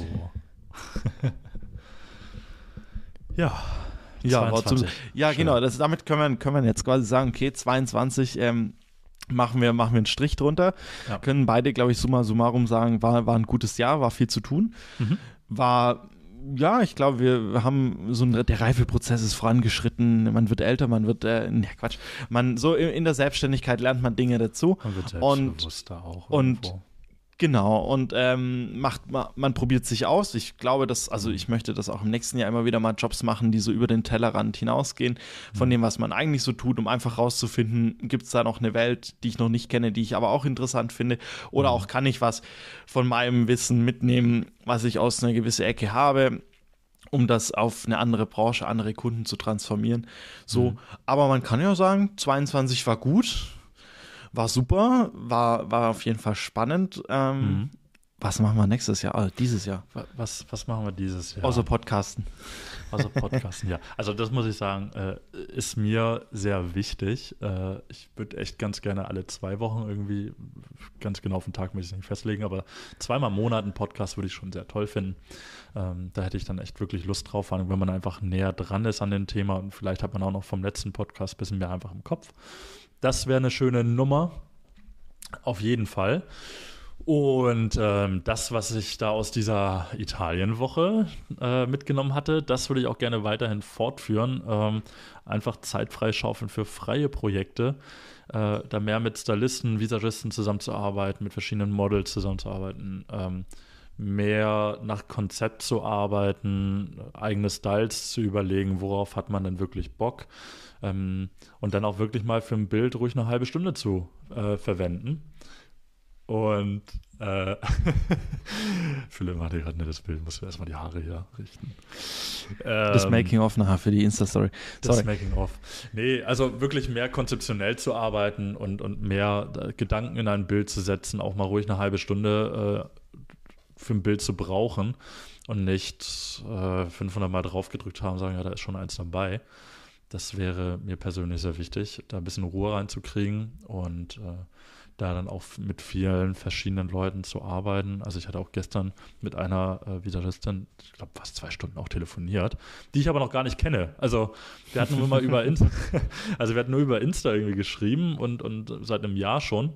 Ja, ja, zum, ja genau, das, damit können wir, können wir jetzt quasi sagen, okay, zweiundzwanzig, ähm, machen wir, machen wir einen Strich drunter. Ja. Können beide, glaube ich, summa summarum sagen, war, war ein gutes Jahr, war viel zu tun. Mhm. War, ja, ich glaube, wir haben so ein, der Reifeprozess ist vorangeschritten, man wird älter, man wird, äh, ne, Quatsch, man, so in, in der Selbstständigkeit lernt man Dinge dazu. Man wird Und- selbstbewusster auch. und- irgendwo. Genau, und ähm, macht man, man probiert sich aus. Ich glaube, dass, also ich möchte das auch im nächsten Jahr immer wieder mal Jobs machen, die so über den Tellerrand hinausgehen, von dem, was man eigentlich so tut, um einfach rauszufinden, gibt es da noch eine Welt, die ich noch nicht kenne, die ich aber auch interessant finde, oder Mhm. auch kann ich was von meinem Wissen mitnehmen, was ich aus einer gewissen Ecke habe, um das auf eine andere Branche, andere Kunden zu transformieren. So, Mhm. aber man kann ja sagen, zweiundzwanzig war gut. War super, war, war auf jeden Fall spannend. Ähm, Mhm. Was machen wir nächstes Jahr, also dieses Jahr? Wa- Was, was machen wir dieses Jahr? Außer Podcasten. Außer Podcasten, ja. Also das muss ich sagen, äh, ist mir sehr wichtig. Äh, ich würde echt ganz gerne alle zwei Wochen irgendwie, ganz genau auf den Tag möchte ich es nicht festlegen, aber zweimal im Monat einen Podcast würde ich schon sehr toll finden. Ähm, da hätte ich dann echt wirklich Lust drauf, vor allem wenn man einfach näher dran ist an dem Thema und vielleicht hat man auch noch vom letzten Podcast ein bisschen mehr einfach im Kopf. Das wäre eine schöne Nummer, auf jeden Fall. Und ähm, das, was ich da aus dieser Italienwoche äh, mitgenommen hatte, das würde ich auch gerne weiterhin fortführen. Ähm, einfach Zeit freischaufeln für freie Projekte, äh, da mehr mit Stylisten, Visagisten zusammenzuarbeiten, mit verschiedenen Models zusammenzuarbeiten, ähm, mehr nach Konzept zu arbeiten, eigene Styles zu überlegen, worauf hat man denn wirklich Bock, ähm, und dann auch wirklich mal für ein Bild ruhig eine halbe Stunde zu äh, verwenden. Und äh, Philipp macht hier gerade ein nettes Bild, muss erstmal die Haare hier richten. Das Ähm, Making-of nachher für die Insta-Story. Das Sorry. Making-of. Nee, also wirklich mehr konzeptionell zu arbeiten und, und mehr äh, Gedanken in ein Bild zu setzen, auch mal ruhig eine halbe Stunde äh, für ein Bild zu brauchen und nicht äh, fünfhundert Mal draufgedrückt haben und sagen, ja, da ist schon eins dabei. Das wäre mir persönlich sehr wichtig, da ein bisschen Ruhe reinzukriegen und äh, da dann auch mit vielen verschiedenen Leuten zu arbeiten. Also ich hatte auch gestern mit einer äh, Visagistin, ich glaube fast zwei Stunden auch telefoniert, die ich aber noch gar nicht kenne. Also wir hatten nur mal über Insta, also wir hatten nur über Insta irgendwie geschrieben und, und seit einem Jahr schon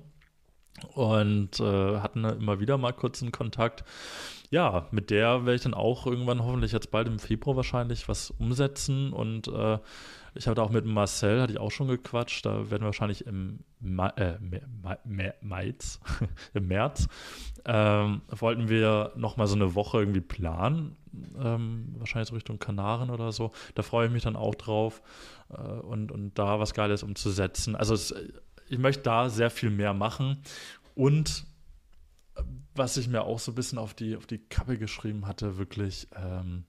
und äh, hatten immer wieder mal kurz einen Kontakt. Ja, mit der werde ich dann auch irgendwann hoffentlich jetzt bald im Februar wahrscheinlich was umsetzen und äh, ich habe da auch mit Marcel, hatte ich auch schon gequatscht, da werden wir wahrscheinlich im Ma äh, Ma Ma März, im März, ähm, wollten wir nochmal so eine Woche irgendwie planen, ähm, wahrscheinlich so Richtung Kanaren oder so, da freue ich mich dann auch drauf äh, und, und da was Geiles umzusetzen. Also es, ich möchte da sehr viel mehr machen und was ich mir auch so ein bisschen auf die, auf die Kappe geschrieben hatte, wirklich, ähm,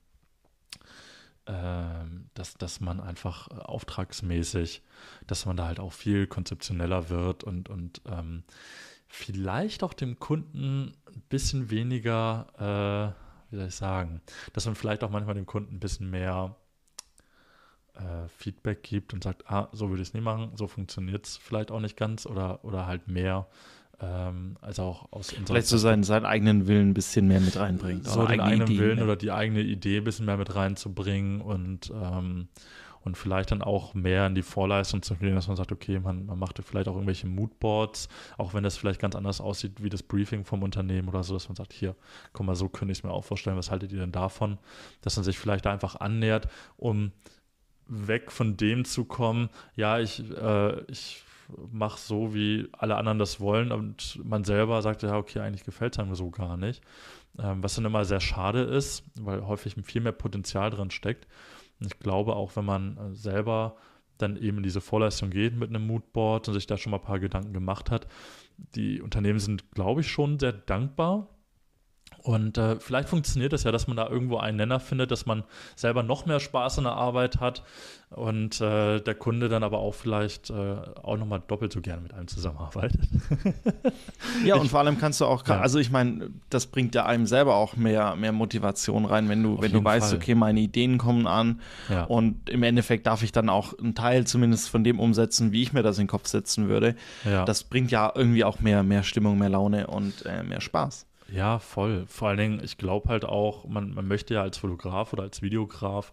ähm, dass, dass man einfach äh, auftragsmäßig, dass man da halt auch viel konzeptioneller wird und, und ähm, vielleicht auch dem Kunden ein bisschen weniger, äh, wie soll ich sagen, dass man vielleicht auch manchmal dem Kunden ein bisschen mehr äh, Feedback gibt und sagt, ah, so würde ich es nicht machen, so funktioniert es vielleicht auch nicht ganz oder, oder halt mehr. Ähm, also auch aus unserer Vielleicht so seinen, seinen eigenen Willen ein bisschen mehr mit reinbringt. so oder den eigene eigenen Ideen, Willen ne? oder die eigene Idee ein bisschen mehr mit reinzubringen und, ähm, und vielleicht dann auch mehr in die Vorleistung zu gehen, dass man sagt, okay, man, man macht vielleicht auch irgendwelche Moodboards, auch wenn das vielleicht ganz anders aussieht wie das Briefing vom Unternehmen oder so, dass man sagt, hier, guck mal, so könnte ich es mir auch vorstellen, was haltet ihr denn davon? Dass man sich vielleicht da einfach annähert, um weg von dem zu kommen, ja, ich, äh, ich mache so, wie alle anderen das wollen und man selber sagt, ja, okay, eigentlich gefällt es einem so gar nicht. Ähm, was dann immer sehr schade ist, weil häufig viel mehr Potenzial drin steckt. Und ich glaube auch, wenn man äh, selber dann eben in diese Vorleistung geht mit einem Moodboard und sich da schon mal ein paar Gedanken gemacht hat, die Unternehmen sind, glaube ich, schon sehr dankbar. Und äh, vielleicht funktioniert das ja, dass man da irgendwo einen Nenner findet, dass man selber noch mehr Spaß an der Arbeit hat und äh, der Kunde dann aber auch vielleicht äh, auch nochmal doppelt so gerne mit einem zusammenarbeitet. Ja, und vor allem kannst du auch, Ja. also ich meine, das bringt ja einem selber auch mehr, mehr Motivation rein, wenn du, Auf wenn du jeden weißt, Fall. okay, meine Ideen kommen an Ja. und im Endeffekt darf ich dann auch einen Teil zumindest von dem umsetzen, wie ich mir das in den Kopf setzen würde. Ja. Das bringt ja irgendwie auch mehr, mehr Stimmung, mehr Laune und äh, mehr Spaß. Ja, voll. Vor allen Dingen, ich glaube halt auch, man, man möchte ja als Fotograf oder als Videograf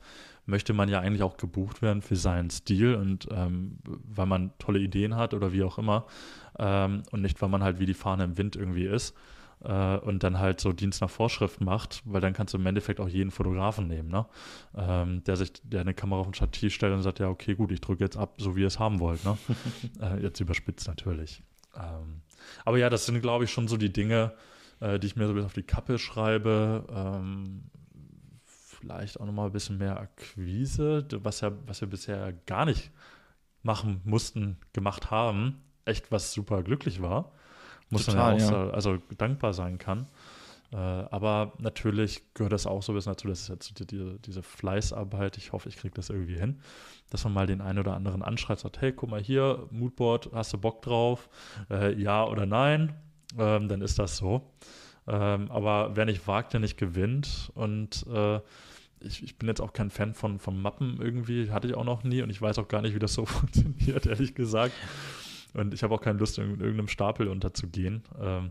möchte man ja eigentlich auch gebucht werden für seinen Stil und ähm, weil man tolle Ideen hat oder wie auch immer ähm, und nicht, weil man halt wie die Fahne im Wind irgendwie ist äh, und dann halt so Dienst nach Vorschrift macht, weil dann kannst du im Endeffekt auch jeden Fotografen nehmen, ne? Ähm, der sich, der eine Kamera auf ein Stativ stellt und sagt, ja okay, gut, ich drücke jetzt ab, so wie ihr es haben wollt, ne? äh, jetzt überspitzt natürlich. Ähm, aber ja, das sind, glaube ich, schon so die Dinge, äh, die ich mir so bis auf die Kappe schreibe. Ähm, vielleicht auch nochmal ein bisschen mehr Akquise, was ja, was wir bisher gar nicht machen mussten, gemacht haben. Echt, was super glücklich war. Muss Total, man ja auch ja. so, also dankbar sein kann. Äh, aber natürlich gehört das auch so ein bisschen dazu, das ist jetzt die, die, diese Fleißarbeit. Ich hoffe, ich kriege das irgendwie hin, dass man mal den einen oder anderen anschreibt, sagt, hey, guck mal hier, Moodboard, hast du Bock drauf? Äh, ja oder nein? Ähm, dann ist das so. Ähm, aber wer nicht wagt, der nicht gewinnt. Und äh, ich, ich bin jetzt auch kein Fan von, von Mappen irgendwie, hatte ich auch noch nie und ich weiß auch gar nicht, wie das so funktioniert, ehrlich gesagt. Und ich habe auch keine Lust, in irgendeinem Stapel unterzugehen. Ähm,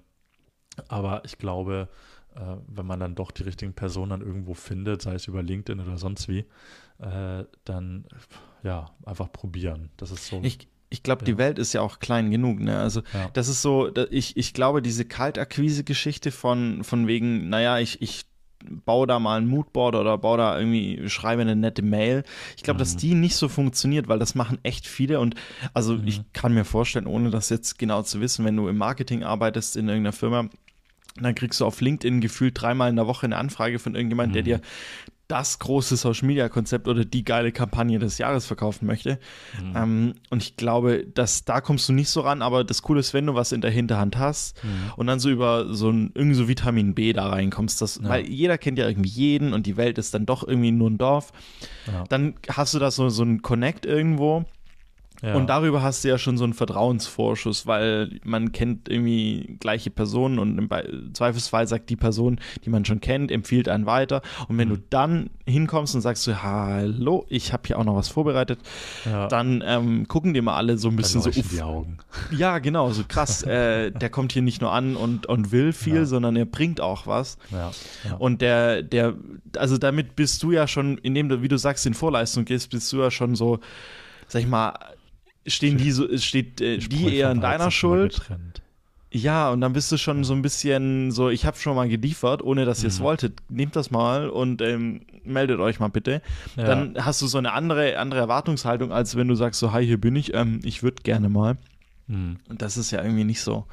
aber ich glaube, äh, wenn man dann doch die richtigen Personen dann irgendwo findet, sei es über LinkedIn oder sonst wie, äh, dann ja, einfach probieren. Das ist so. Ich, ich glaube, Ja. die Welt ist ja auch klein genug, ne? Also Ja. das ist so, da- ich, ich glaube, diese Kaltakquise-Geschichte von, von wegen, naja, ich, ich baue da mal ein Moodboard oder baue da irgendwie, schreibe eine nette Mail. Ich glaube, dass Mhm. die nicht so funktioniert, weil das machen echt viele und also Mhm. ich kann mir vorstellen, ohne das jetzt genau zu wissen, wenn du im Marketing arbeitest in irgendeiner Firma, dann kriegst du auf LinkedIn gefühlt dreimal in der Woche eine Anfrage von irgendjemand, der Mhm. dir das große Social-Media-Konzept oder die geile Kampagne des Jahres verkaufen möchte. Mhm. Ähm, und ich glaube, dass da kommst du nicht so ran, aber das Coole ist, wenn du was in der Hinterhand hast Mhm. und dann so über so ein irgendwie so Vitamin B da reinkommst, das, Ja. weil jeder kennt ja irgendwie jeden und die Welt ist dann doch irgendwie nur ein Dorf, Ja. dann hast du da so, so einen Connect irgendwo. Ja. Und darüber hast du ja schon so einen Vertrauensvorschuss, weil man kennt irgendwie gleiche Personen und im Be- Zweifelsfall sagt die Person, die man schon kennt, empfiehlt einen weiter. Und wenn Mhm. du dann hinkommst und sagst so, hallo, ich habe hier auch noch was vorbereitet, Ja. dann ähm, gucken die mal alle so ein Dann bisschen so, leuchten uff, die Augen. ja genau, so krass, äh, der kommt hier nicht nur an und, und will viel, Ja. sondern er bringt auch was. Ja. Ja. Und der, der, also damit bist du ja schon, indem du, wie du sagst, in Vorleistung gehst, bist du ja schon so, sag ich mal, stehen die so, steht äh, die Spreu eher vom in deiner Weizen Schuld. getrennt. Ja, und dann bist du schon so ein bisschen so, ich habe schon mal geliefert, ohne dass ihr es Mhm. wolltet. Nehmt das mal und ähm, meldet euch mal bitte. Ja. Dann hast du so eine andere, andere Erwartungshaltung, als wenn du sagst so, hi, hier bin ich, ähm, ich würde gerne mal. Mhm. Und das ist ja irgendwie nicht so,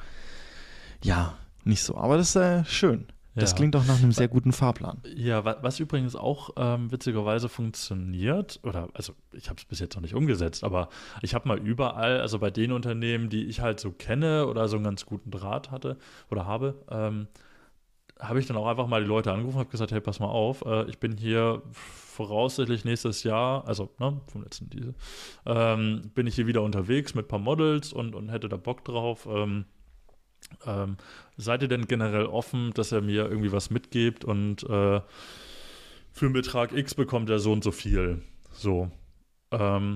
ja, nicht so. Aber das ist äh, schön. Das Ja. klingt auch nach einem sehr guten Fahrplan. Ja, wa- was übrigens auch ähm, witzigerweise funktioniert, oder also ich habe es bis jetzt noch nicht umgesetzt, aber ich habe mal überall, also bei den Unternehmen, die ich halt so kenne oder so einen ganz guten Draht hatte oder habe, ähm, habe ich dann auch einfach mal die Leute angerufen und habe gesagt, hey, pass mal auf, äh, ich bin hier voraussichtlich nächstes Jahr, also ne, vom letzten diese, ähm, bin ich hier wieder unterwegs mit ein paar Models und, und hätte da Bock drauf. Ähm, ähm, seid ihr denn generell offen, dass er mir irgendwie was mitgibt und äh, für einen Betrag X bekommt er so und so viel. So. Ähm,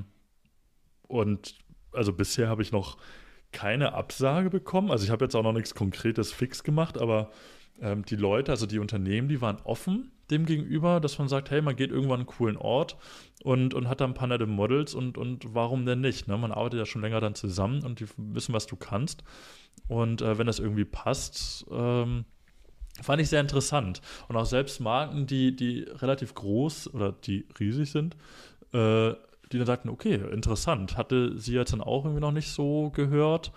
und also bisher habe ich noch keine Absage bekommen. Also ich habe jetzt auch noch nichts Konkretes fix gemacht, aber ähm, die Leute, also die Unternehmen, die waren offen dem gegenüber, dass man sagt, hey, man geht irgendwann an einen coolen Ort und, und hat da ein paar nette Models und, und warum denn nicht? Ne? Man arbeitet ja schon länger dann zusammen und die wissen, was du kannst. Und äh, wenn das irgendwie passt, ähm, fand ich sehr interessant. Und auch selbst Marken, die, die relativ groß oder die riesig sind, äh, die dann sagten, okay, interessant, hatte sie jetzt dann auch irgendwie noch nicht so gehört.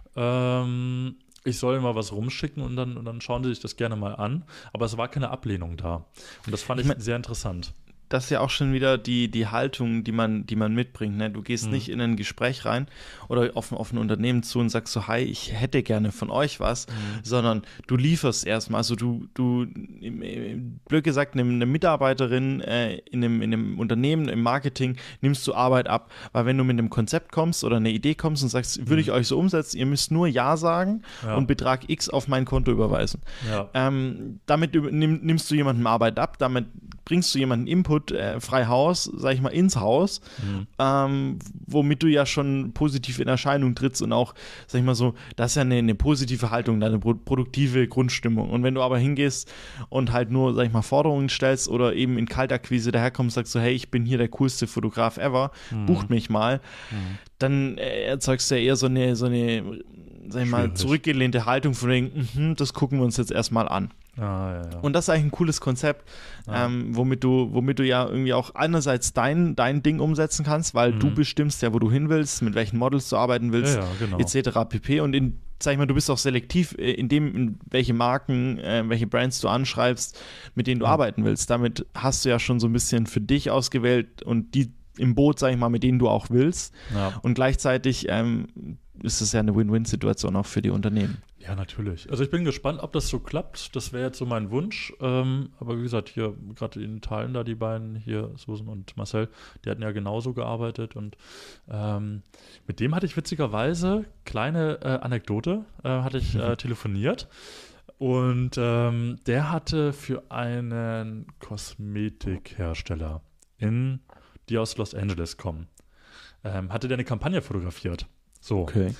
Ähm, ich soll mal was rumschicken und dann, und dann schauen sie sich das gerne mal an. Aber es war keine Ablehnung da. Und das fand ich, Ich mein- sehr interessant. Das ist ja auch schon wieder die, die Haltung, die man, die man mitbringt. Ne? Du gehst Mhm. nicht in ein Gespräch rein oder auf, auf ein Unternehmen zu und sagst so, hi, ich hätte gerne von euch was, sondern du lieferst erstmal. Also du, du im- im- blöd gesagt, eine, eine Mitarbeiterin äh, in, einem, in einem Unternehmen, im Marketing, nimmst du Arbeit ab. Weil wenn du mit einem Konzept kommst oder eine Idee kommst und sagst, würde ich euch so umsetzen, ihr müsst nur Ja sagen Ja. und Betrag X auf mein Konto überweisen. Ja. Ähm, damit über- nimm, nimmst du jemandem Arbeit ab, damit bringst du jemanden Input äh, frei Haus, sag ich mal, ins Haus, mhm. ähm, womit du ja schon positiv in Erscheinung trittst und auch, sag ich mal so, das ist ja eine, eine positive Haltung, eine pro- produktive Grundstimmung. Und wenn du aber hingehst und halt nur, sag ich mal, Forderungen stellst oder eben in Kaltakquise daherkommst, sagst du, hey, ich bin hier der coolste Fotograf ever, mhm. bucht mich mal, mhm. dann äh, erzeugst du ja eher so eine, so eine, sag ich mal, zurückgelehnte Haltung von wegen, mh, das gucken wir uns jetzt erstmal an. Ah, ja, ja. Und das ist eigentlich ein cooles Konzept, ah. ähm, womit du, womit du ja irgendwie auch einerseits dein, dein Ding umsetzen kannst, weil mhm. du bestimmst ja, wo du hin willst, mit welchen Models du arbeiten willst, ja, ja, genau. et cetera pp. Und in, sag ich mal, du bist auch selektiv in dem, in welche Marken, äh, welche Brands du anschreibst, mit denen du mhm. arbeiten willst. Damit hast du ja schon so ein bisschen für dich ausgewählt und die im Boot, sag ich mal, mit denen du auch willst. Ja. Und gleichzeitig ähm, ist es ja eine Win-Win-Situation auch für die Unternehmen. Ja, natürlich. Also ich bin gespannt, ob das so klappt. Das wäre jetzt so mein Wunsch. Ähm, aber wie gesagt, hier gerade in Italien da die beiden, hier Susan und Marcel, die hatten ja genauso gearbeitet. Und ähm, mit dem hatte ich witzigerweise, kleine äh, Anekdote, äh, hatte ich äh, telefoniert. Und ähm, der hatte für einen Kosmetikhersteller, in, die aus Los Angeles kommen, ähm, hatte der eine Kampagne fotografiert. So. Okay.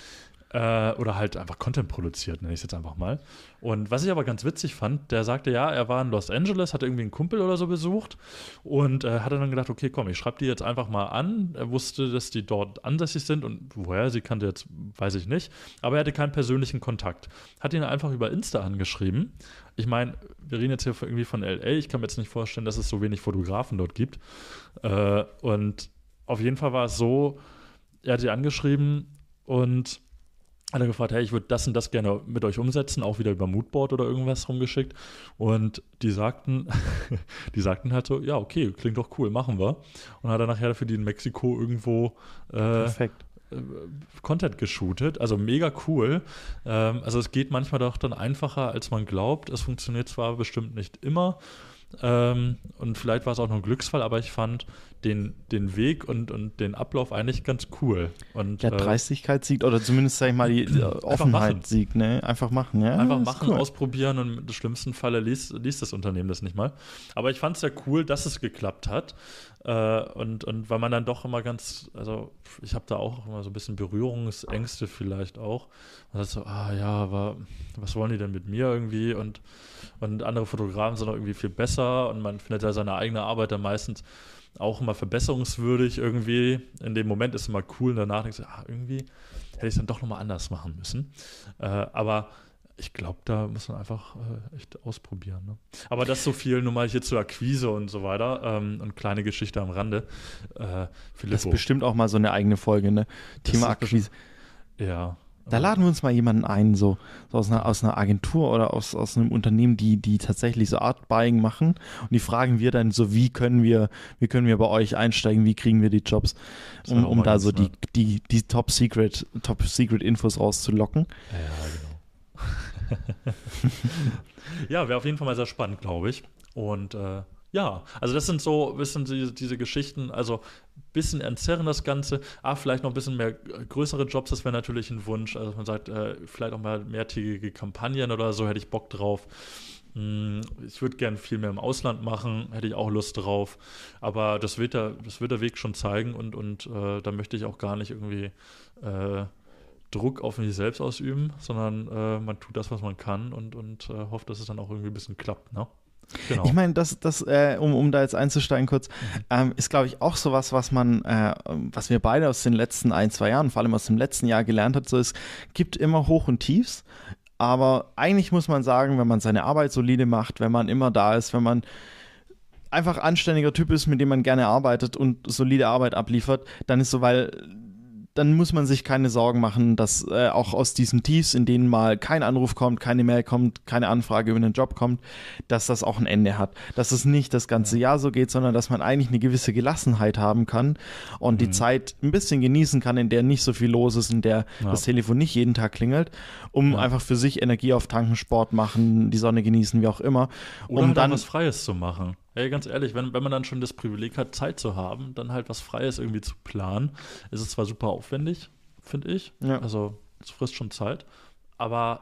Oder halt einfach Content produziert, nenne ich es jetzt einfach mal. Und was ich aber ganz witzig fand, der sagte, ja, er war in Los Angeles, hatte irgendwie einen Kumpel oder so besucht und äh, hatte dann gedacht, okay, komm, ich schreibe die jetzt einfach mal an. Er wusste, dass die dort ansässig sind und woher sie kannte jetzt, weiß ich nicht. Aber er hatte keinen persönlichen Kontakt. Hat ihn einfach über Insta angeschrieben. Ich meine, wir reden jetzt hier irgendwie von L A. Ich kann mir jetzt nicht vorstellen, dass es so wenig Fotografen dort gibt. Äh, und auf jeden Fall war es so, er hat sie angeschrieben und hat er gefragt, hey, ich würde das und das gerne mit euch umsetzen, auch wieder über Moodboard oder irgendwas rumgeschickt. Und die sagten, die sagten halt so, ja, okay, klingt doch cool, machen wir. Und hat er nachher für die in Mexiko irgendwo äh, Perfekt. Äh, Content geshootet. Also mega cool. Ähm, also es geht manchmal doch dann einfacher, als man glaubt. Es funktioniert zwar bestimmt nicht immer. Ähm, und vielleicht war es auch noch ein Glücksfall, aber ich fand den, den Weg und, und den Ablauf eigentlich ganz cool. Und, ja, Dreistigkeit siegt, oder zumindest, sag ich mal, die Offenheit siegt, ne? Einfach machen, ja. Einfach machen, cool. Ausprobieren und im schlimmsten Falle liest, liest das Unternehmen das nicht mal. Aber ich fand es ja cool, dass es geklappt hat. Äh, und, und weil man dann doch immer ganz, also ich habe da auch immer so ein bisschen Berührungsängste vielleicht auch. Und das so, ah ja, aber was wollen die denn mit mir irgendwie? Und, und andere Fotografen sind auch irgendwie viel besser und man findet ja seine eigene Arbeit dann meistens auch immer verbesserungswürdig irgendwie. In dem Moment ist es immer cool und danach denkst du, ah, irgendwie hätte ich es dann doch nochmal anders machen müssen. Äh, aber ich glaube, da muss man einfach äh, echt ausprobieren. Ne? Aber das so viel nur mal hier zur Akquise und so weiter ähm, und kleine Geschichte am Rande. Äh, das ist bestimmt auch mal so eine eigene Folge, ne? Thema Akquise. Ja. Da laden wir uns mal jemanden ein, so, so aus, einer, aus einer Agentur oder aus, aus einem Unternehmen, die, die tatsächlich so Art Buying machen. Und die fragen wir dann so, wie können wir, wie können wir bei euch einsteigen, wie kriegen wir die Jobs, um, um da so die, die, die Top Secret, Top Secret Infos rauszulocken. Ja, genau. Ja, wäre auf jeden Fall mal sehr spannend, glaube ich. Und äh, ja, also das sind so ein bisschen diese, diese Geschichten, also ein bisschen entzerren das Ganze, ah, vielleicht noch ein bisschen mehr größere Jobs, das wäre natürlich ein Wunsch, also man sagt, äh, vielleicht auch mal mehrtägige Kampagnen oder so, hätte ich Bock drauf. Hm, ich würde gerne viel mehr im Ausland machen, hätte ich auch Lust drauf, aber das wird der, das wird der Weg schon zeigen und, und äh, da möchte ich auch gar nicht irgendwie äh, Druck auf mich selbst ausüben, sondern äh, man tut das, was man kann und, und äh, hofft, dass es dann auch irgendwie ein bisschen klappt, ne? Genau. Ich meine, das, das äh, um, um da jetzt einzusteigen kurz, mhm. ähm, ist, glaube ich, auch sowas, was man, äh, was wir beide aus den letzten ein, zwei Jahren, vor allem aus dem letzten Jahr gelernt hat, so es gibt immer Hoch und Tiefs, aber eigentlich muss man sagen, wenn man seine Arbeit solide macht, wenn man immer da ist, wenn man einfach anständiger Typ ist, mit dem man gerne arbeitet und solide Arbeit abliefert, dann ist so, weil dann muss man sich keine Sorgen machen, dass äh, auch aus diesen Tiefs, in denen mal kein Anruf kommt, keine Mail kommt, keine Anfrage über einen Job kommt, dass das auch ein Ende hat. Dass es nicht das ganze ja. Jahr so geht, sondern dass man eigentlich eine gewisse Gelassenheit haben kann und mhm. die Zeit ein bisschen genießen kann, in der nicht so viel los ist, in der ja. das Telefon nicht jeden Tag klingelt, um ja. einfach für sich Energie auftanken, Sport machen, die Sonne genießen, wie auch immer. Oder um halt dann was Freies zu machen. Hey, ganz ehrlich, wenn, wenn man dann schon das Privileg hat, Zeit zu haben, dann halt was Freies irgendwie zu planen, ist es zwar super aufwendig, finde ich, ja. also es frisst schon Zeit, aber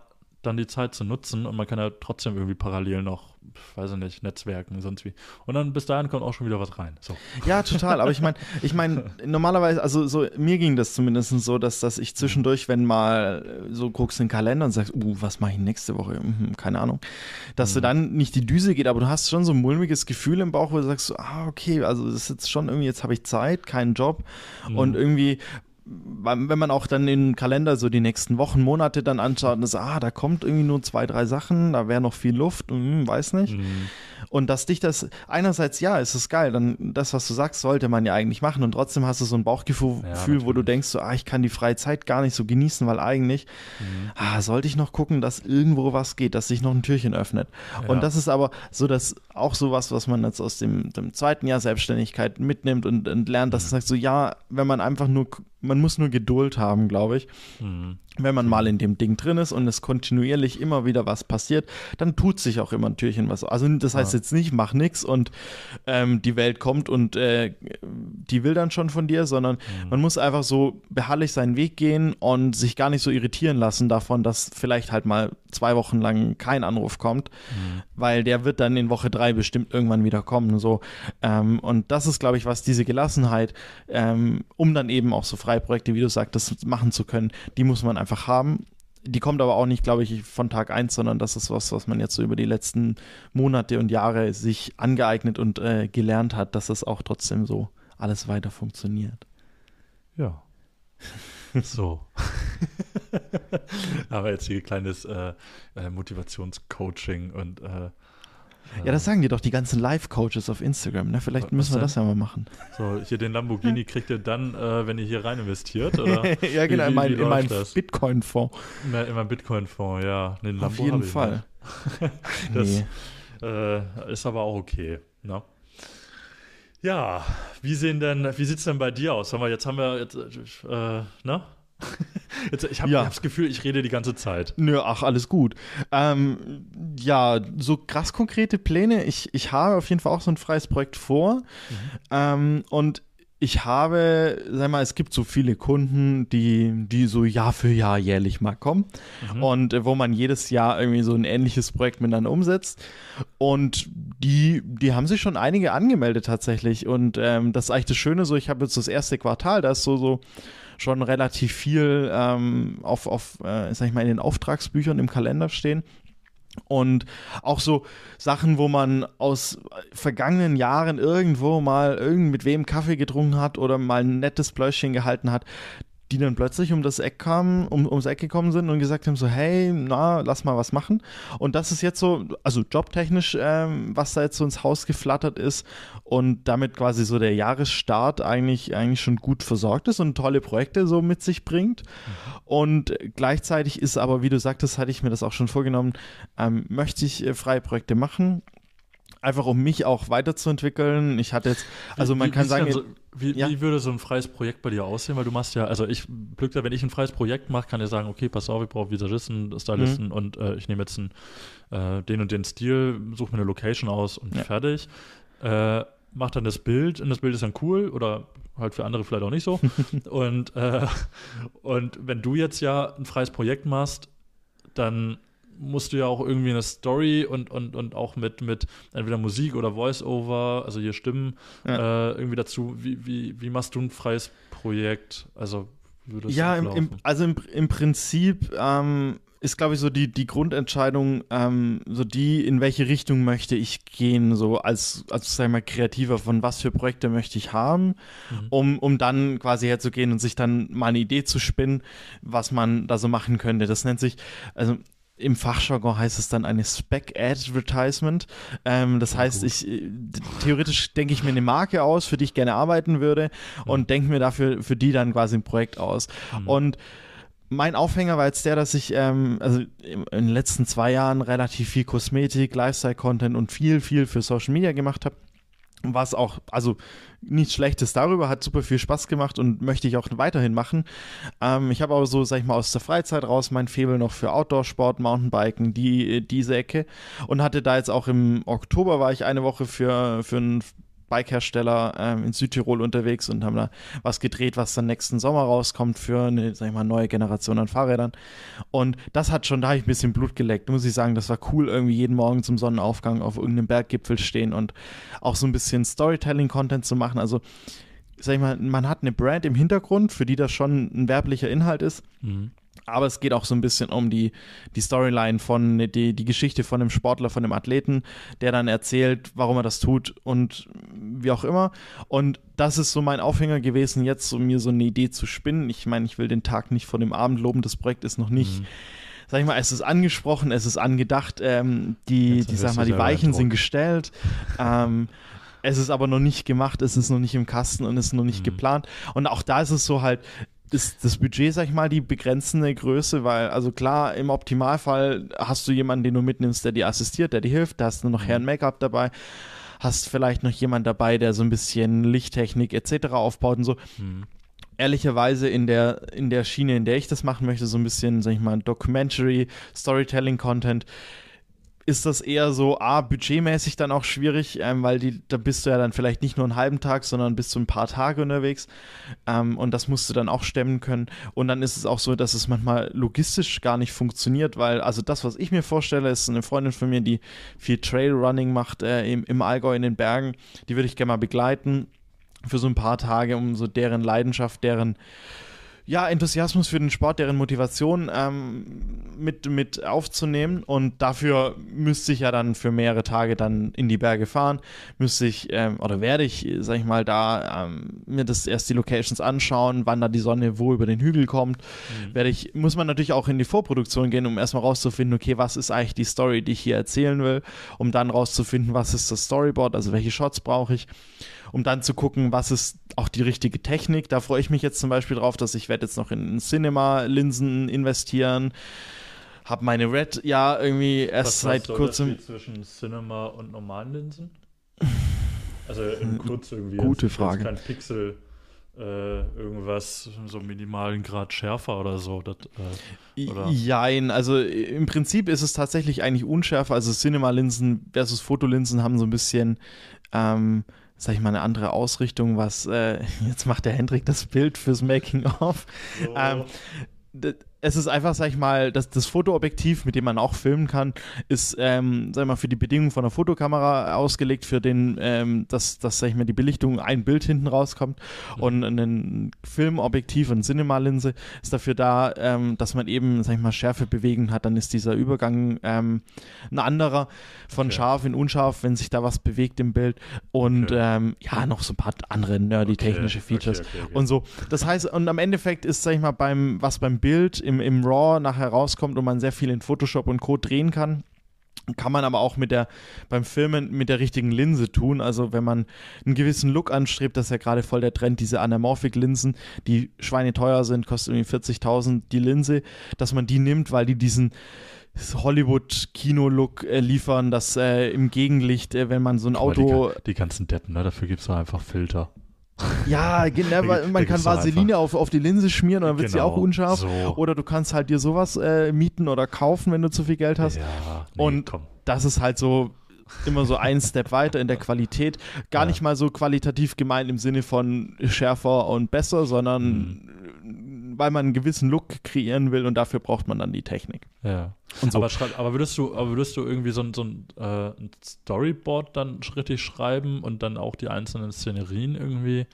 dann die Zeit zu nutzen und man kann ja trotzdem irgendwie parallel noch, weiß ich nicht, Netzwerken, sonst wie. Und dann bis dahin kommt auch schon wieder was rein. So. Ja, total. Aber ich meine, ich meine, normalerweise, also so, mir ging das zumindest so, dass, dass ich zwischendurch, wenn mal so guckst in den Kalender und sagst, uh, was mache ich nächste Woche? Hm, keine Ahnung. Dass mhm. du dann nicht die Düse geht, aber du hast schon so ein mulmiges Gefühl im Bauch, wo du sagst, so, ah, okay, also das ist jetzt schon irgendwie, jetzt habe ich Zeit, keinen Job mhm. und irgendwie wenn man auch dann den Kalender so die nächsten Wochen, Monate dann anschaut und sagt, ah, da kommt irgendwie nur zwei, drei Sachen, da wäre noch viel Luft, hm, weiß nicht. Mhm. Und dass dich das, einerseits, ja, es ist geil, dann das, was du sagst, sollte man ja eigentlich machen und trotzdem hast du so ein Bauchgefühl, ja, wo du denkst, so, ah, ich kann die freie Zeit gar nicht so genießen, weil eigentlich, mhm. ah, sollte ich noch gucken, dass irgendwo was geht, dass sich noch ein Türchen öffnet. Ja. Und das ist aber so, dass auch sowas, was man jetzt aus dem, dem zweiten Jahr Selbstständigkeit mitnimmt und, und lernt, dass mhm. du sagst, so, ja, wenn man einfach nur, man muss nur Geduld haben, glaube ich. Mhm. Wenn man mal in dem Ding drin ist und es kontinuierlich immer wieder was passiert, dann tut sich auch immer ein Türchen was. Also das heißt ja. jetzt nicht, mach nix und ähm, die Welt kommt und äh, die will dann schon von dir, sondern mhm. man muss einfach so beharrlich seinen Weg gehen und sich gar nicht so irritieren lassen davon, dass vielleicht halt mal zwei Wochen lang kein Anruf kommt, mhm. weil der wird dann in Woche drei bestimmt irgendwann wieder kommen. So. Ähm, und das ist, glaube ich, was diese Gelassenheit, ähm, um dann eben auch so Freiprojekte, wie du sagtest, machen zu können, die muss man einfach haben. Die kommt aber auch nicht, glaube ich, von Tag eins, sondern das ist was, was man jetzt so über die letzten Monate und Jahre sich angeeignet und äh, gelernt hat, dass das auch trotzdem so alles weiter funktioniert. Ja. So. Aber jetzt hier ein kleines äh, Motivationscoaching und äh, ja, das sagen dir doch die ganzen Live-Coaches auf Instagram, ne? Vielleicht was müssen wir denn? Das ja mal machen. So, hier den Lamborghini kriegt ihr dann, äh, wenn ihr hier rein investiert, oder? Ja, genau, wie, in, mein, in meinen Bitcoin-Fonds. In, in meinen Bitcoin-Fonds, ja. Den auf Lambo jeden Fall. Das nee. äh, ist aber auch okay, ne? Ja, wie sehen denn, wie sieht es denn bei dir aus? Haben wir, jetzt haben wir, jetzt, äh, ne? Jetzt, ich habe ja. das Gefühl, ich rede die ganze Zeit. Nö, ach, alles gut. Ähm, ja, so krass konkrete Pläne. Ich, ich habe auf jeden Fall auch so ein freies Projekt vor. Mhm. Ähm, und ich habe, sag mal, es gibt so viele Kunden, die, die so Jahr für Jahr jährlich mal kommen mhm. und äh, wo man jedes Jahr irgendwie so ein ähnliches Projekt miteinander umsetzt. Und die, die haben sich schon einige angemeldet tatsächlich. Und ähm, das ist eigentlich das Schöne, so ich habe jetzt das erste Quartal, da ist so, so schon relativ viel ähm, auf, auf äh, sag ich mal, in den Auftragsbüchern im Kalender stehen. Und auch so Sachen, wo man aus vergangenen Jahren irgendwo mal irgend mit wem Kaffee getrunken hat oder mal ein nettes Pläuschchen gehalten hat, die dann plötzlich um das Eck kamen, um, ums Eck gekommen sind und gesagt haben so, hey, na, lass mal was machen. Und das ist jetzt so, also jobtechnisch, ähm, was da jetzt so ins Haus geflattert ist und damit quasi so der Jahresstart eigentlich, eigentlich schon gut versorgt ist und tolle Projekte so mit sich bringt. Mhm. Und gleichzeitig ist aber, wie du sagtest, hatte ich mir das auch schon vorgenommen, ähm, möchte ich äh, freie Projekte machen. Einfach um mich auch weiterzuentwickeln. Ich hatte jetzt, also man wie, kann wie sagen, so, wie, ja? wie würde so ein freies Projekt bei dir aussehen? Weil du machst ja, also ich, Glück, wenn ich ein freies Projekt mache, kann ich sagen, okay, pass auf, ich brauche Visagisten, Stylisten mhm. und äh, ich nehme jetzt einen, äh, den und den Stil, suche mir eine Location aus und ja. fertig. Äh, mach dann das Bild und das Bild ist dann cool oder halt für andere vielleicht auch nicht so. und, äh, und wenn du jetzt ja ein freies Projekt machst, dann musst du ja auch irgendwie eine Story und, und, und auch mit, mit entweder Musik oder Voice-Over, also hier Stimmen, ja. äh, irgendwie dazu. Wie, wie, wie machst du ein freies Projekt? Also, wie würde das ja, im, im, also im, im Prinzip ähm, ist, glaube ich, so die, die Grundentscheidung, ähm, so die, in welche Richtung möchte ich gehen, so als, als sag ich mal, kreativer, von was für Projekte möchte ich haben, mhm. um, um dann quasi herzugehen und sich dann mal eine Idee zu spinnen, was man da so machen könnte. Das nennt sich, also im Fachjargon heißt es dann eine Spec-Advertisement. Ähm, das heißt, ich theoretisch denke ich mir eine Marke aus, für die ich gerne arbeiten würde mhm. und denke mir dafür für die dann quasi ein Projekt aus. Mhm. Und mein Aufhänger war jetzt der, dass ich ähm, also in den letzten zwei Jahren relativ viel Kosmetik, Lifestyle-Content und viel, viel für Social Media gemacht habe. Was auch, also nichts Schlechtes darüber, hat super viel Spaß gemacht und möchte ich auch weiterhin machen. Ähm, ich habe aber so, sag ich mal, aus der Freizeit raus mein Faible noch für Outdoor-Sport, Mountainbiken, die, diese Ecke und hatte da jetzt auch im Oktober war ich eine Woche für, für ein Bikehersteller ähm, in Südtirol unterwegs und haben da was gedreht, was dann nächsten Sommer rauskommt für eine, sag ich mal, neue Generation an Fahrrädern. Und das hat schon, da habe ich ein bisschen Blut geleckt, muss ich sagen. Das war cool, irgendwie jeden Morgen zum Sonnenaufgang auf irgendeinem Berggipfel stehen und auch so ein bisschen Storytelling-Content zu machen. Also, sag ich mal, man hat eine Brand im Hintergrund, für die das schon ein werblicher Inhalt ist. Mhm. Aber es geht auch so ein bisschen um die, die Storyline von, die, die Geschichte von dem Sportler, von dem Athleten, der dann erzählt, warum er das tut und wie auch immer. Und das ist so mein Aufhänger gewesen, jetzt so mir so eine Idee zu spinnen. Ich meine, ich will den Tag nicht vor dem Abend loben, das Projekt ist noch nicht, mhm. sag ich mal, es ist angesprochen, es ist angedacht, ähm, die, die, sag mal, die Weichen sind gestellt. Ähm, es ist aber noch nicht gemacht, es ist noch nicht im Kasten und es ist noch nicht mhm. geplant. Und auch da ist es so halt, ist das Budget, sag ich mal, die begrenzende Größe, weil, also klar, im Optimalfall hast du jemanden, den du mitnimmst, der dir assistiert, der dir hilft, da hast du noch Herren Make-up dabei, hast vielleicht noch jemand dabei, der so ein bisschen Lichttechnik et cetera aufbaut und so. Mhm. Ehrlicherweise in der, in der Schiene, in der ich das machen möchte, so ein bisschen, sag ich mal, Documentary, Storytelling-Content, ist das eher so, A, budgetmäßig dann auch schwierig, ähm, weil die, da bist du ja dann vielleicht nicht nur einen halben Tag, sondern bist du ein paar Tage unterwegs ähm, und das musst du dann auch stemmen können und dann ist es auch so, dass es manchmal logistisch gar nicht funktioniert, weil, also das, was ich mir vorstelle, ist eine Freundin von mir, die viel Trailrunning macht äh, im, im Allgäu in den Bergen, die würde ich gerne mal begleiten für so ein paar Tage, um so deren Leidenschaft, deren ja, Enthusiasmus für den Sport, deren Motivation ähm, mit, mit aufzunehmen und dafür müsste ich ja dann für mehrere Tage dann in die Berge fahren, müsste ich, ähm, oder werde ich, sag ich mal, da ähm, mir das erst die Locations anschauen, wann da die Sonne wo über den Hügel kommt, mhm. werde ich, muss man natürlich auch in die Vorproduktion gehen, um erstmal rauszufinden, okay, was ist eigentlich die Story, die ich hier erzählen will, um dann rauszufinden, was ist das Storyboard, also welche Shots brauche ich, um dann zu gucken, was ist auch die richtige Technik. Da freue ich mich jetzt zum Beispiel drauf, dass ich werde jetzt noch in Cinema-Linsen investieren. Habe meine Red ja irgendwie erst was seit kurzem. Was zwischen Cinema und normalen Linsen? Also in kurz irgendwie. Gute jetzt, Frage. Kein Pixel, äh, irgendwas so minimalen Grad schärfer oder so. Das, äh, oder? Jein, also im Prinzip ist es tatsächlich eigentlich unschärfer. Also Cinema-Linsen versus Fotolinsen haben so ein bisschen ähm, sag ich mal, eine andere Ausrichtung, was, äh, jetzt macht der Hendrik das Bild fürs Making-of. So. Ähm, d- es ist einfach, sag ich mal, das, das Fotoobjektiv, mit dem man auch filmen kann, ist, ähm, sag ich mal, für die Bedingungen von der Fotokamera ausgelegt, für den, ähm, dass, dass, sag ich mal, die Belichtung ein Bild hinten rauskommt mhm. und ein Filmobjektiv und Cinema-Linse ist dafür da, ähm, dass man eben, sag ich mal, Schärfe bewegen hat, dann ist dieser Übergang ähm, ein anderer von okay. scharf in unscharf, wenn sich da was bewegt im Bild und okay. ähm, ja, noch so ein paar andere nerdy okay. technische Features okay, okay, okay. und so. Das heißt, und am Endeffekt ist, sag ich mal, beim, was beim Bild im Im, im RAW nachher rauskommt und man sehr viel in Photoshop und Co. drehen kann, kann man aber auch mit der, beim Filmen mit der richtigen Linse tun. Also wenn man einen gewissen Look anstrebt, das ist ja gerade voll der Trend, diese Anamorphic-Linsen, die schweineteuer sind, kostet irgendwie vierzigtausend die Linse, dass man die nimmt, weil die diesen Hollywood-Kino-Look äh, liefern, dass äh, im Gegenlicht, äh, wenn man so ein Auto... Die, die ganzen Deppen, ne? Dafür gibt es einfach Filter. Ja, genau, man kann Vaseline auf, auf die Linse schmieren und dann wird genau, sie auch unscharf. So. Oder du kannst halt dir sowas äh, mieten oder kaufen, wenn du zu viel Geld hast. Ja, nee, und komm. Das ist halt so immer so ein Step weiter in der Qualität. Gar ja. nicht mal so qualitativ gemeint im Sinne von schärfer und besser, sondern mhm. weil man einen gewissen Look kreieren will und dafür braucht man dann die Technik. Ja. Und so. aber, schreib, aber, würdest du, aber würdest du irgendwie so ein, so ein, äh, ein Storyboard dann richtig schreiben und dann auch die einzelnen Szenerien irgendwie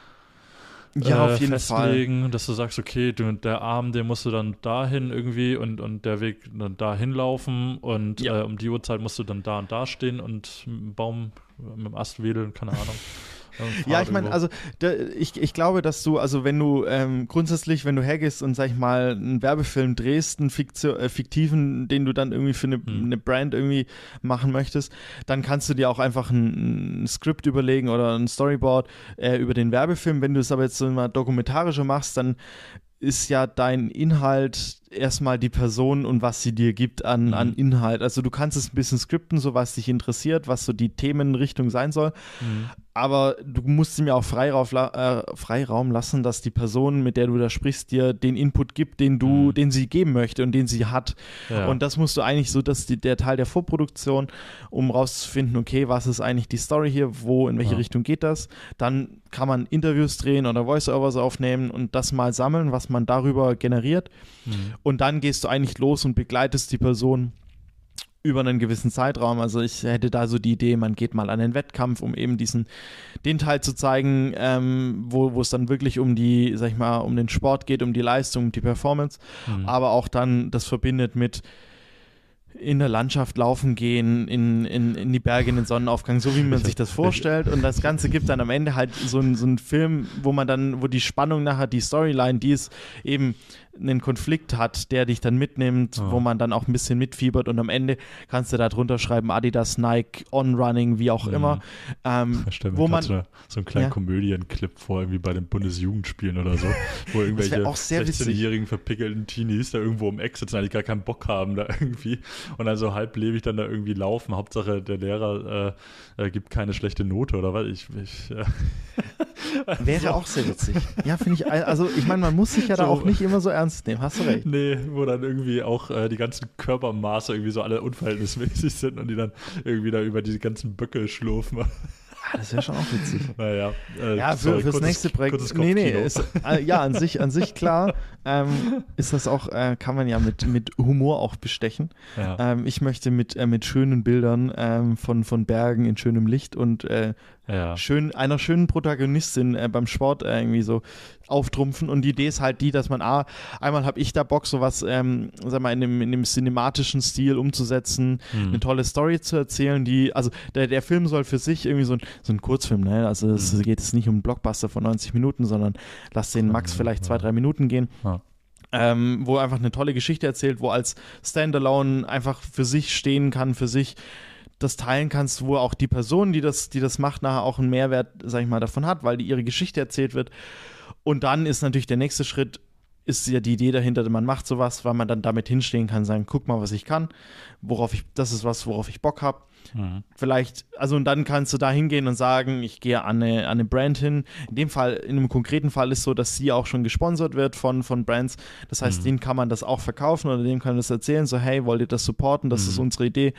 ja, äh, auf jeden festlegen, Fall. Dass du sagst, okay, du, der Arm, den musst du dann dahin irgendwie und, und der Weg dann dahin laufen und ja. äh, um die Uhrzeit musst du dann da und da stehen und mit dem Baum, mit dem Ast wedeln, keine Ahnung. Ja, ich meine, also da, ich, ich glaube, dass du, also wenn du ähm, grundsätzlich, wenn du hergehst und, sag ich mal, einen Werbefilm drehst, einen Fiktio- äh, fiktiven, den du dann irgendwie für eine, hm. eine Brand irgendwie machen möchtest, dann kannst du dir auch einfach ein, ein Skript überlegen oder ein Storyboard äh, über den Werbefilm. Wenn du es aber jetzt so mal dokumentarischer machst, dann ist ja dein Inhalt erstmal die Person und was sie dir gibt an, Mhm. an Inhalt. Also du kannst es ein bisschen skripten, so was dich interessiert, was so die Themenrichtung sein soll. Mhm. Aber du musst ihm ja auch Freiraum, äh, Freiraum lassen, dass die Person, mit der du da sprichst, dir den Input gibt, den du, Mhm. den sie geben möchte und den sie hat. Ja. Und das musst du eigentlich so, dass die, der Teil der Vorproduktion, um rauszufinden, okay, was ist eigentlich die Story hier, wo, in welche Ja. Richtung geht das. Dann kann man Interviews drehen oder Voice-Overs aufnehmen und das mal sammeln, was man darüber generiert. Mhm. Und dann gehst du eigentlich los und begleitest die Person über einen gewissen Zeitraum. Also ich hätte da so die Idee, man geht mal an den Wettkampf, um eben diesen, den Teil zu zeigen, ähm, wo, wo es dann wirklich um die, sag ich mal, um den Sport geht, um die Leistung, um die Performance, Mhm. aber auch dann das verbindet mit in der Landschaft laufen gehen, in, in, in die Berge, in den Sonnenaufgang, so wie man sich das vorstellt. Und das Ganze gibt dann am Ende halt so einen so einen Film, wo man dann, wo die Spannung nachher, die Storyline, die es eben einen Konflikt hat, der dich dann mitnimmt, Oh. wo man dann auch ein bisschen mitfiebert und am Ende kannst du da drunter schreiben, Adidas, Nike, On-Running, wie auch Mhm. immer. Ähm, Ich stell mir wo grad man, so, eine, so einen kleinen Ja. Komödienclip vor, irgendwie bei den Bundesjugendspielen oder so, wo wär irgendwelche auch sehr witzig. sechzehnjährigen verpickelten Teenies da irgendwo im Eck sitzen, eigentlich gar keinen Bock haben da irgendwie und dann so halblebig dann da irgendwie laufen. Hauptsache der Lehrer äh, äh, gibt keine schlechte Note oder was. Ich, ich äh, wäre so. auch sehr witzig. Ja, finde ich, also ich meine, man muss sich ja da So. auch nicht immer so ernst nehmen, hast du recht. Nee, wo dann irgendwie auch äh, die ganzen Körpermaße irgendwie so alle unverhältnismäßig sind und die dann irgendwie da über diese ganzen Böcke schlurfen. Ah, das wäre schon auch witzig. Naja. Äh, Ja, für, sorry, fürs kurzes- nächste Projekt. kurzes Nee, nee, Kopfkino. ist, äh, ja, an sich, an sich klar, ähm, ist das auch, äh, kann man ja mit, mit Humor auch bestechen. Ja. Ähm, ich möchte mit, äh, mit schönen Bildern ähm, von, von Bergen in schönem Licht und äh, ja. schön, einer schönen Protagonistin äh, beim Sport äh, irgendwie so auftrumpfen. Und die Idee ist halt die, dass man, ah, einmal habe ich da Bock, sowas, ähm, sag mal, in dem, in dem cinematischen Stil umzusetzen, Hm. eine tolle Story zu erzählen, die, also der, der Film soll für sich irgendwie so ein, so ein Kurzfilm, ne? Also es Mhm. geht jetzt nicht um einen Blockbuster von neunzig Minuten, sondern lass den Max Ja, vielleicht zwei, ja. drei Minuten gehen. Ja. Ähm, wo einfach eine tolle Geschichte erzählt, wo als Standalone einfach für sich stehen kann, für sich das teilen kannst, wo auch die Person, die das, die das macht, nachher auch einen Mehrwert, sag ich mal, davon hat, weil die ihre Geschichte erzählt wird. Und dann ist natürlich der nächste Schritt, ist ja die Idee dahinter, man macht sowas, weil man dann damit hinstehen kann, sagen, guck mal, was ich kann, worauf ich, das ist was, worauf ich Bock habe. Mhm. Vielleicht, also und dann kannst du da hingehen und sagen, ich gehe an eine, an eine Brand hin. In dem Fall, in einem konkreten Fall ist so, dass sie auch schon gesponsert wird von, von Brands. Das heißt, Mhm. denen kann man das auch verkaufen oder denen kann man das erzählen, so hey, wollt ihr das supporten, das Mhm. ist unsere Idee.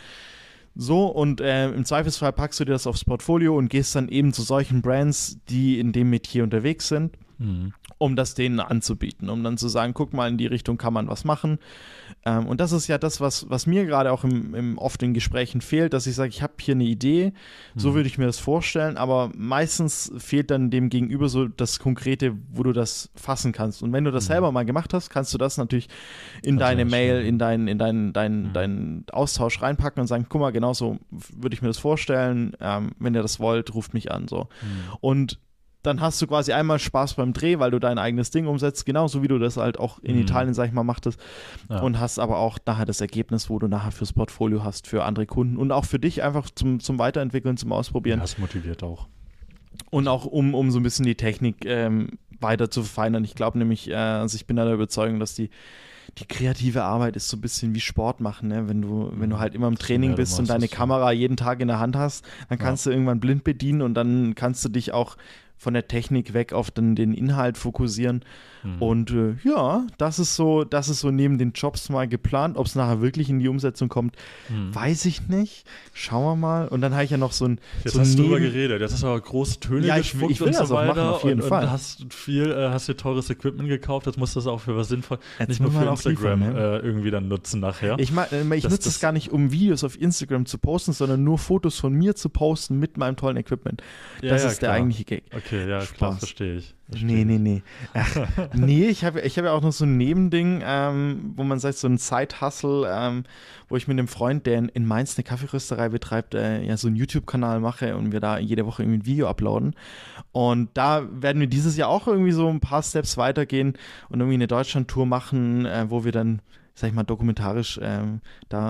So, und äh, im Zweifelsfall packst du dir das aufs Portfolio und gehst dann eben zu solchen Brands, die in dem Metier unterwegs sind, Mhm. um das denen anzubieten, um dann zu sagen, guck mal, in die Richtung kann man was machen. Ähm, und das ist ja das, was, was mir gerade auch im, im oft in Gesprächen fehlt, dass ich sage, ich habe hier eine Idee, so Mhm. würde ich mir das vorstellen, aber meistens fehlt dann dem Gegenüber so das Konkrete, wo du das fassen kannst. Und wenn du das Mhm. selber mal gemacht hast, kannst du das natürlich in Das ist deine ja Mail, schön. in deinen in dein, dein, Mhm. dein Austausch reinpacken und sagen, guck mal, genau so würde ich mir das vorstellen. Ähm, wenn ihr das wollt, ruft mich an. So. Mhm. Und dann hast du quasi einmal Spaß beim Dreh, weil du dein eigenes Ding umsetzt, genauso wie du das halt auch in Mhm. Italien, sag ich mal, machtest. Ja. Und hast aber auch nachher das Ergebnis, wo du nachher fürs Portfolio hast, für andere Kunden und auch für dich einfach zum, zum Weiterentwickeln, zum Ausprobieren. Ja, das motiviert auch. Und auch um, um so ein bisschen die Technik ähm, weiter zu verfeinern. Ich glaube nämlich, äh, also ich bin da der Überzeugung, dass die, die kreative Arbeit ist so ein bisschen wie Sport machen, ne? Wenn du, wenn du halt immer im Training Ja, du bist und machst deine es so. Kamera jeden Tag in der Hand hast, dann kannst du irgendwann blind bedienen und dann kannst du dich auch von der Technik weg auf den, den Inhalt fokussieren. Mhm. Und äh, ja, das ist so, das ist so neben den Jobs mal geplant. Ob es nachher wirklich in die Umsetzung kommt, Mhm. weiß ich nicht. Schauen wir mal. Und dann habe ich ja noch so ein Jetzt so hast du neben- drüber geredet, jetzt hast du aber große Töne Ja, ich- gespuckt ich will und das so auch weiter machen, auf jeden und, Fall. und hast viel, äh, hast dir teures Equipment gekauft, jetzt musst du das auch für was sinnvoll, Jetzt nicht nur muss für man auch Instagram liefern, ne? äh, irgendwie dann nutzen nachher. Ich, mein, äh, ich Das- nutze es das- gar nicht, um Videos auf Instagram zu posten, sondern nur Fotos von mir zu posten mit meinem tollen Equipment. Ja, Das ja, ist der klar. eigentliche Gag. Okay, ja, klar, Spaß. verstehe ich. Versteh Nee, ich. nee, nee. Ach, nee, ich habe ich hab ja auch noch so ein Nebending, ähm, wo man sagt, so ein Side-Hustle, ähm, wo ich mit einem Freund, der in, in Mainz eine Kaffeerösterei betreibt, äh, ja so einen YouTube-Kanal mache und wir da jede Woche irgendwie ein Video uploaden. Und da werden wir dieses Jahr auch irgendwie so ein paar Steps weitergehen und irgendwie eine Deutschland-Tour machen, äh, wo wir dann, sag ich mal, dokumentarisch ähm, da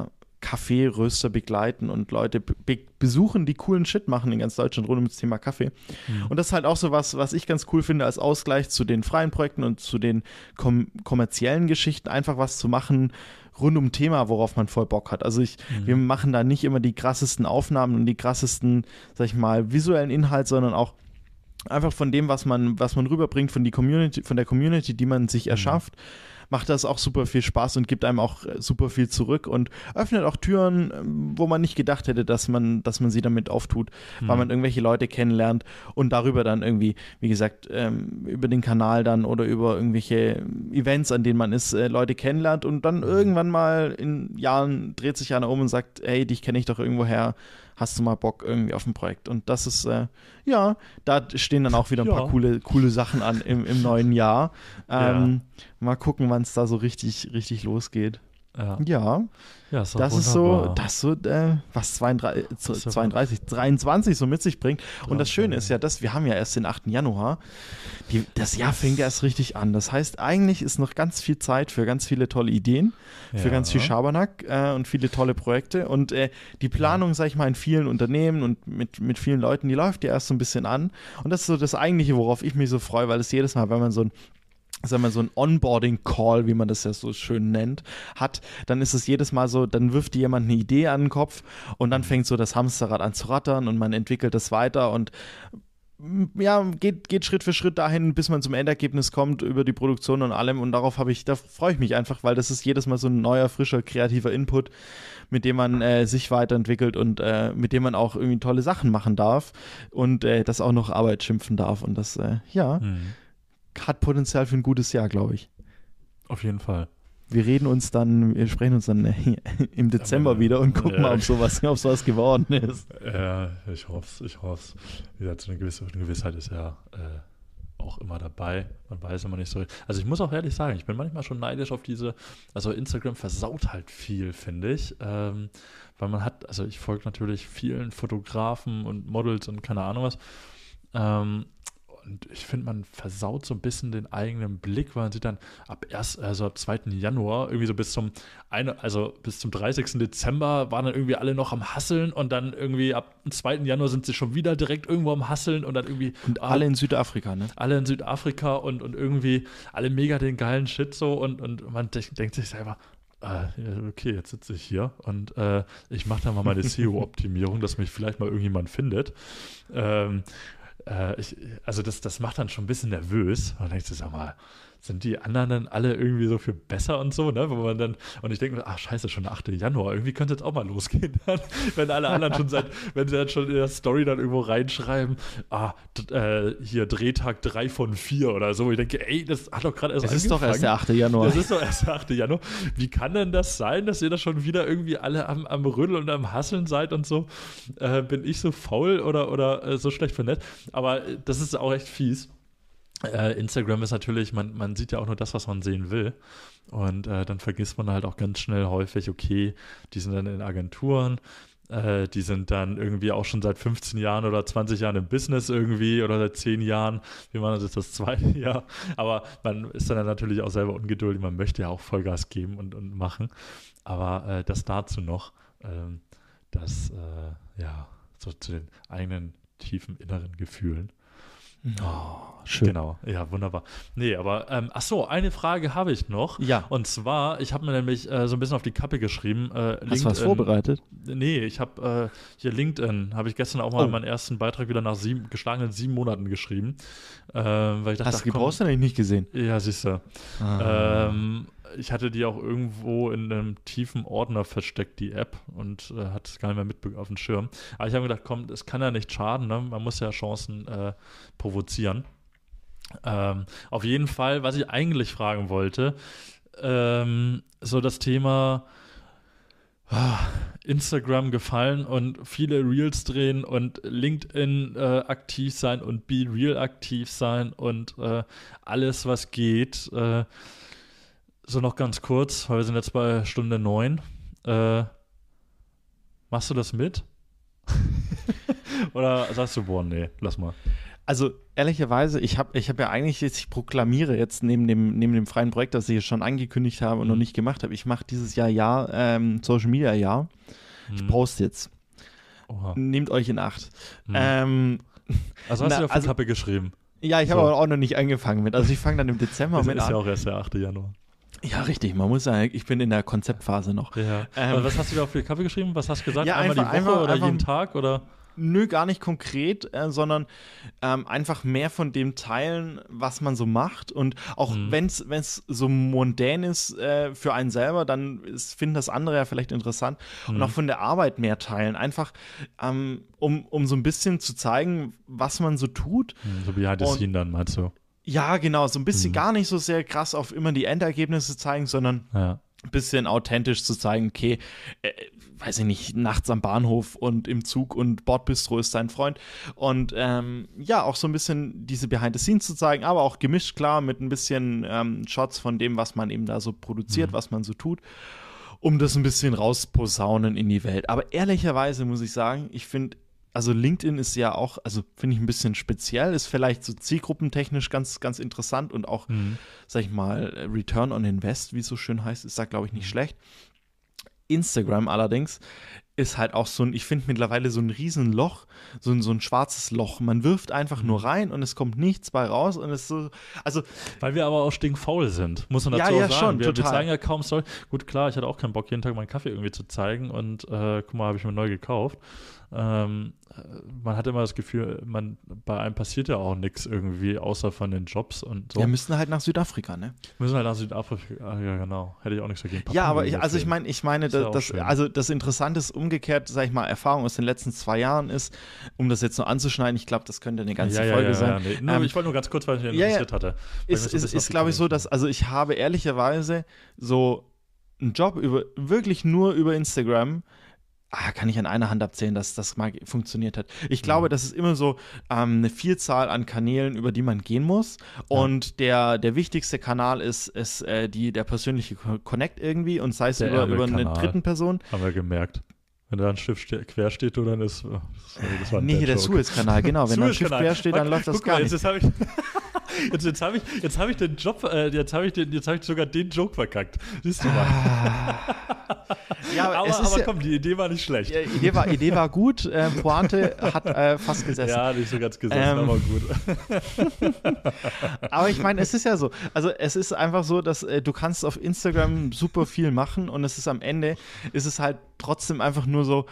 Kaffeeröster begleiten und Leute be besuchen, die coolen Shit machen in ganz Deutschland rund um das Thema Kaffee. Mhm. Und das ist halt auch so was, was ich ganz cool finde als Ausgleich zu den freien Projekten und zu den kom kommerziellen Geschichten, einfach was zu machen rund um Thema, worauf man voll Bock hat. Also ich, mhm. wir machen da nicht immer die krassesten Aufnahmen und die krassesten, sag ich mal, visuellen Inhalt, sondern auch einfach von dem, was man, was man rüberbringt, von, die Community, von der Community, die man sich erschafft, mhm. macht das auch super viel Spaß und gibt einem auch super viel zurück und öffnet auch Türen, wo man nicht gedacht hätte, dass man, dass man sie damit auftut, mhm. weil man irgendwelche Leute kennenlernt und darüber dann irgendwie, wie gesagt, ähm, über den Kanal dann oder über irgendwelche Events, an denen man ist, äh, Leute kennenlernt und dann mhm. irgendwann mal in Jahren dreht sich einer um und sagt, hey, dich kenne ich doch irgendwo her, hast du mal Bock irgendwie auf ein Projekt? Und das ist, äh, ja, da stehen dann auch wieder ein ja. paar coole, coole Sachen an im, im neuen Jahr. Ähm, ja. Mal gucken, wann es da so richtig, richtig losgeht. Ja, ja, ja ist das ist so, das so, äh, was zweiunddreißig, zweiunddreißig, dreiundzwanzig so mit sich bringt. Und das Schöne ist ja, dass wir haben ja erst den achten Januar. Die, das Jahr fängt ja erst richtig an. Das heißt, eigentlich ist noch ganz viel Zeit für ganz viele tolle Ideen, für ja. ganz viel Schabernack äh, und viele tolle Projekte. Und äh, die Planung, sag ich mal, in vielen Unternehmen und mit, mit vielen Leuten, die läuft ja erst so ein bisschen an. Und das ist so das Eigentliche, worauf ich mich so freue, weil es jedes Mal, wenn man so ein sagen wir so ein Onboarding-Call, wie man das ja so schön nennt, hat, dann ist es jedes Mal so, dann wirft dir jemand eine Idee an den Kopf und dann fängt so das Hamsterrad an zu rattern und man entwickelt das weiter und ja, geht, geht Schritt für Schritt dahin, bis man zum Endergebnis kommt über die Produktion und allem und darauf habe ich, da freue ich mich einfach, weil das ist jedes Mal so ein neuer, frischer, kreativer Input, mit dem man äh, sich weiterentwickelt und äh, mit dem man auch irgendwie tolle Sachen machen darf und äh, das auch noch Arbeit schimpfen darf und das, äh, ja, mhm. hat Potenzial für ein gutes Jahr, glaube ich. Auf jeden Fall. Wir reden uns dann, wir sprechen uns dann im Dezember ja, wieder und gucken ja. mal, ob sowas, ob sowas geworden ist. Ja, ich hoffe es, ich hoffe es. Wie gesagt, so eine gewisse eine Gewissheit ist ja äh, auch immer dabei. Man weiß immer nicht so. Also ich muss auch ehrlich sagen, ich bin manchmal schon neidisch auf diese, also Instagram versaut halt viel, finde ich. Ähm, weil man hat, also ich folge natürlich vielen Fotografen und Models und keine Ahnung was. Ähm, Und ich finde, man versaut so ein bisschen den eigenen Blick, weil man sieht dann ab erst, also ab zweiten Januar irgendwie so bis zum eine, also bis zum dreißigsten Dezember waren dann irgendwie alle noch am Hasseln und dann irgendwie ab dem zweiten Januar sind sie schon wieder direkt irgendwo am Hasseln und dann irgendwie. Und alle in Südafrika, ne? Alle in Südafrika und, und irgendwie alle mega den geilen Shit so und, und man denkt sich selber, okay, jetzt sitze ich hier und äh, ich mache dann mal meine S E O-Optimierung, dass mich vielleicht mal irgendjemand findet. Ähm, Äh, ich, also das, das macht dann schon ein bisschen nervös. Und dann denkst du, sag mal, sind die anderen dann alle irgendwie so viel besser und so, ne? Wo man dann, und ich denke mir, ach scheiße, schon der achte Januar, irgendwie könnte jetzt auch mal losgehen, dann, wenn alle anderen schon seit, wenn sie dann schon in der Story dann irgendwo reinschreiben, ah, äh, hier Drehtag drei von vier oder so. Ich denke, ey, das hat doch gerade erst Das angefangen. ist doch erst der achte Januar. Das ist doch erst der achte Januar. Wie kann denn das sein, dass ihr da schon wieder irgendwie alle am, am Rödeln und am Hasseln seid und so? Äh, bin ich so faul oder, oder äh, so schlecht vernetzt? Aber äh, das ist auch echt fies. Äh, Instagram ist natürlich, man, man sieht ja auch nur das, was man sehen will. Und äh, dann vergisst man halt auch ganz schnell häufig, okay, die sind dann in Agenturen, äh, die sind dann irgendwie auch schon seit fünfzehn Jahren oder zwanzig Jahren im Business irgendwie oder seit zehn Jahren. Wir machen das jetzt das zweite Jahr. Aber man ist dann natürlich auch selber ungeduldig, man möchte ja auch Vollgas geben und, und machen. Aber äh, das dazu noch, ähm, das, äh, ja, so zu den eigenen tiefen inneren Gefühlen. Oh, schön. Genau, ja, wunderbar. Nee, aber, ähm, ach so, eine Frage habe ich noch. Ja. Und zwar, ich habe mir nämlich äh, so ein bisschen auf die Kappe geschrieben. Äh, Hast du was vorbereitet? Nee, ich habe äh, hier LinkedIn, habe ich gestern auch mal oh. meinen ersten Beitrag wieder nach sieben, geschlagenen sieben Monaten geschrieben. Äh, weil ich dachte, Hast du die Browser eigentlich nicht gesehen? Ja, siehst du. Ah. Ähm, ich hatte die auch irgendwo in einem tiefen Ordner versteckt, die App, und äh, hatte es gar nicht mehr mit auf dem Schirm. Aber ich habe mir gedacht, komm, es kann ja nicht schaden, ne? Man muss ja Chancen äh, provozieren. Ähm, auf jeden Fall, was ich eigentlich fragen wollte, ähm, so das Thema ah, Instagram gefallen und viele Reels drehen und LinkedIn äh, aktiv sein und Be Real aktiv sein und äh, alles, was geht. Äh, so noch ganz kurz, weil wir sind jetzt bei Stunde neun. Äh, machst du das mit? Oder sagst du, boah, nee, lass mal. Also ehrlicherweise, ich habe ich hab ja eigentlich jetzt, ich proklamiere jetzt neben dem, neben dem freien Projekt, das ich jetzt schon angekündigt habe und Mhm. noch nicht gemacht habe, ich mache dieses Jahr Jahr ähm, Social Media Jahr. Ich Mhm. poste jetzt. Oha. Nehmt euch in Acht. Mhm. Ähm, Also hast na, du auf die also- Kappe geschrieben. ja, ich habe So. aber auch noch nicht angefangen mit. Also ich fange dann im Dezember Das mit ist an. ja auch erst der achte Januar. Ja, richtig. Man muss sagen, ich bin in der Konzeptphase noch. Ja. Ähm, Aber was hast du da auf die Kappe geschrieben? Was hast du gesagt? Ja, Einmal einfach- die Woche einfach- oder einfach- jeden Tag? Oder? Nö, gar nicht konkret, äh, sondern ähm, einfach mehr von dem teilen, was man so macht. Und auch Mhm. wenn es so mondän ist äh, für einen selber, dann ist, finden das andere ja vielleicht interessant. Und Mhm. auch von der Arbeit mehr teilen. Einfach, ähm, um, um so ein bisschen zu zeigen, was man so tut. Hm, So behind the Und- scene dann, meinst du? Ja, genau, so ein bisschen Mhm. gar nicht so sehr krass auf immer die Endergebnisse zeigen, sondern Ja. ein bisschen authentisch zu zeigen, okay, äh, weiß ich nicht, nachts am Bahnhof und im Zug und Bordbistro ist sein Freund. Und ähm, ja, auch so ein bisschen diese Behind the Scenes zu zeigen, aber auch gemischt, klar, mit ein bisschen ähm, Shots von dem, was man eben da so produziert, Mhm. was man so tut, um das ein bisschen rausposaunen in die Welt. Aber ehrlicherweise muss ich sagen, ich finde, also LinkedIn ist ja auch, also finde ich ein bisschen speziell, ist vielleicht so zielgruppentechnisch ganz, ganz interessant und auch, Mhm. sag ich mal, Return on Invest, wie es so schön heißt, ist da, glaube ich, nicht schlecht. Instagram allerdings ist halt auch so ein, ich finde mittlerweile so ein Riesenloch, so ein, so ein schwarzes Loch. Man wirft einfach nur rein und es kommt nichts bei raus und es ist so, also Weil wir aber auch stinkfaul sind, muss man Ja, dazu ja, auch sagen. schon, wir, wir total. zeigen ja kaum Story. Gut, klar, ich hatte auch keinen Bock, jeden Tag meinen Kaffee irgendwie zu zeigen und äh, guck mal, habe ich mir neu gekauft. Ähm, äh, man hat immer das Gefühl, man, bei einem passiert ja auch nichts irgendwie, außer von den Jobs und so. wir müssen halt nach Südafrika, ne? müssen halt nach Südafrika, ah, ja genau, hätte ich auch nichts dagegen. Ja, aber ich, Papua-Neuguinea also ich fliegen. meine, ich meine, Ist ja das, auch das, schön. also das Interessante ist umgekehrt, sag ich mal, Erfahrung aus den letzten zwei Jahren ist, um das jetzt nur anzuschneiden, ich glaube, das könnte eine ganze ja, ja, Folge ja, sein. Ja, nee. Nur, Ähm, ich wollte nur ganz kurz, weil ich mich ja, ja. interessiert hatte. Weil ist, ich mir ist, so ein bisschen ist glaube ich, auf so, die dass, also ich habe ehrlicherweise so einen Job über, wirklich nur über Instagram, ah, kann ich an einer Hand abzählen, dass das mal funktioniert hat. Ich glaube, Mhm. das ist immer so ähm, eine Vielzahl an Kanälen, über die man gehen muss. Und der, der wichtigste Kanal ist, ist äh, die, der persönliche Co- Connect irgendwie und sei es Der über, über eine Ärmelkanal. dritten Person. Haben wir gemerkt. Wenn da ein Schiff ste quer steht, dann ist. Oh, sorry, das war ein Nee, hier der Bad Joke. Suezkanal, genau. Wenn da ein Schiff Suezkanal. quer steht, dann läuft das Guck gar mal, nicht. Jetzt, jetzt habe ich, jetzt, jetzt hab ich, jetzt hab ich den Job, äh, jetzt habe ich, den- jetzt hab ich sogar den Joke verkackt. Siehst du mal. Ja, aber, Aber, es ist aber ja, komm, die Idee war nicht schlecht. ja, Idee, war, Idee war gut, äh, Pointe hat äh, fast gesessen. Ja, nicht so ganz gesessen, Ähm, aber gut. Aber ich meine, es ist ja so. Also es ist einfach so, dass äh, du kannst auf Instagram super viel machen und es ist am Ende, ist es halt trotzdem einfach nur so,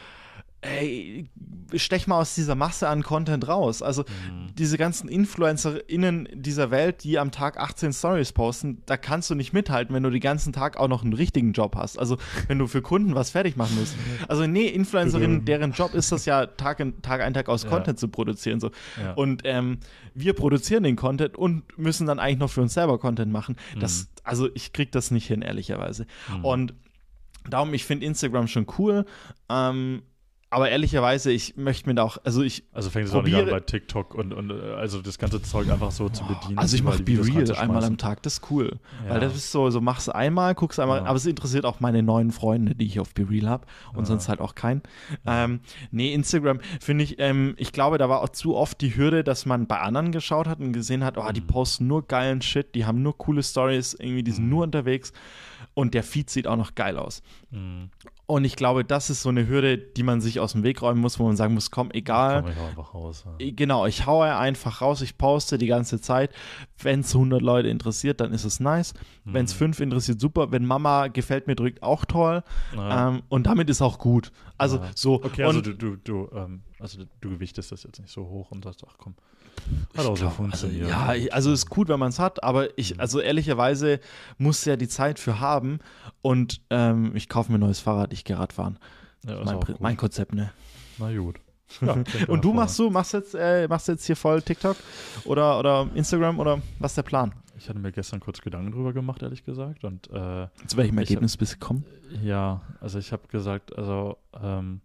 ey, stech mal aus dieser Masse an Content raus. Also Mhm. diese ganzen InfluencerInnen dieser Welt, die am Tag achtzehn Stories posten, da kannst du nicht mithalten, wenn du den ganzen Tag auch noch einen richtigen Job hast. Also wenn du für Kunden was fertig machen musst. Also nee, InfluencerInnen, deren Job ist das ja, Tag, in, Tag ein, Tag aus Ja. Content zu produzieren. So. Ja. Und ähm, wir produzieren den Content und müssen dann eigentlich noch für uns selber Content machen. Das, also ich krieg das nicht hin, ehrlicherweise. Mhm. Und darum, ich finde Instagram schon cool. Ähm, aber ehrlicherweise, ich möchte mir da auch, also ich Also fängt es auch nicht an probiere- bei TikTok und, und äh, also das ganze Zeug einfach so zu bedienen. Also ich mal mache die Be Videos Real reinzuschmeißen. einmal am Tag, das ist cool. Ja. Weil das ist so, so machst du einmal, guckst einmal, Ja. aber es interessiert auch meine neuen Freunde, die ich auf Be Real habe und Ja. sonst halt auch keinen. Ähm, nee, Instagram finde ich, ähm, ich glaube, da war auch zu oft die Hürde, dass man bei anderen geschaut hat und gesehen hat, oh, die Mhm. posten nur geilen Shit, die haben nur coole Stories, irgendwie, die sind Mhm. nur unterwegs und der Feed sieht auch noch geil aus. Mhm. Und ich glaube, das ist so eine Hürde, die man sich aus dem Weg räumen muss, wo man sagen muss, komm, egal. Komm ich auch einfach raus. Ja. Genau, ich haue einfach raus, ich poste die ganze Zeit. Wenn es hundert Leute interessiert, dann ist es nice. Wenn es Mhm. fünf interessiert, super. Wenn Mama gefällt mir drückt, auch toll. Ja. Ähm, und damit ist auch gut. Also Ja. so. Okay, also und du, du, du, ähm, also du, du gewichtest das jetzt nicht so hoch und sagst, ach komm, hat auch so glaub, also, funktioniert. ja, ich- also ist gut, wenn man es hat, aber ich, Mhm. also ehrlicherweise muss ja die Zeit für haben. Und ähm, ich kaufe mir ein neues Fahrrad, ich gehe Radfahren. Ja, ist Mein, auch Pri- gut. mein Konzept, ne? Na gut. Ja, klingt Und du hervorragend. machst du, machst jetzt, äh, machst jetzt hier voll TikTok oder, oder Instagram oder was ist der Plan? Ich hatte mir gestern kurz Gedanken drüber gemacht, ehrlich gesagt. Und äh, Zu welchem Ich hab- Ergebnis bist du gekommen? ja, also ich habe gesagt, also ähm,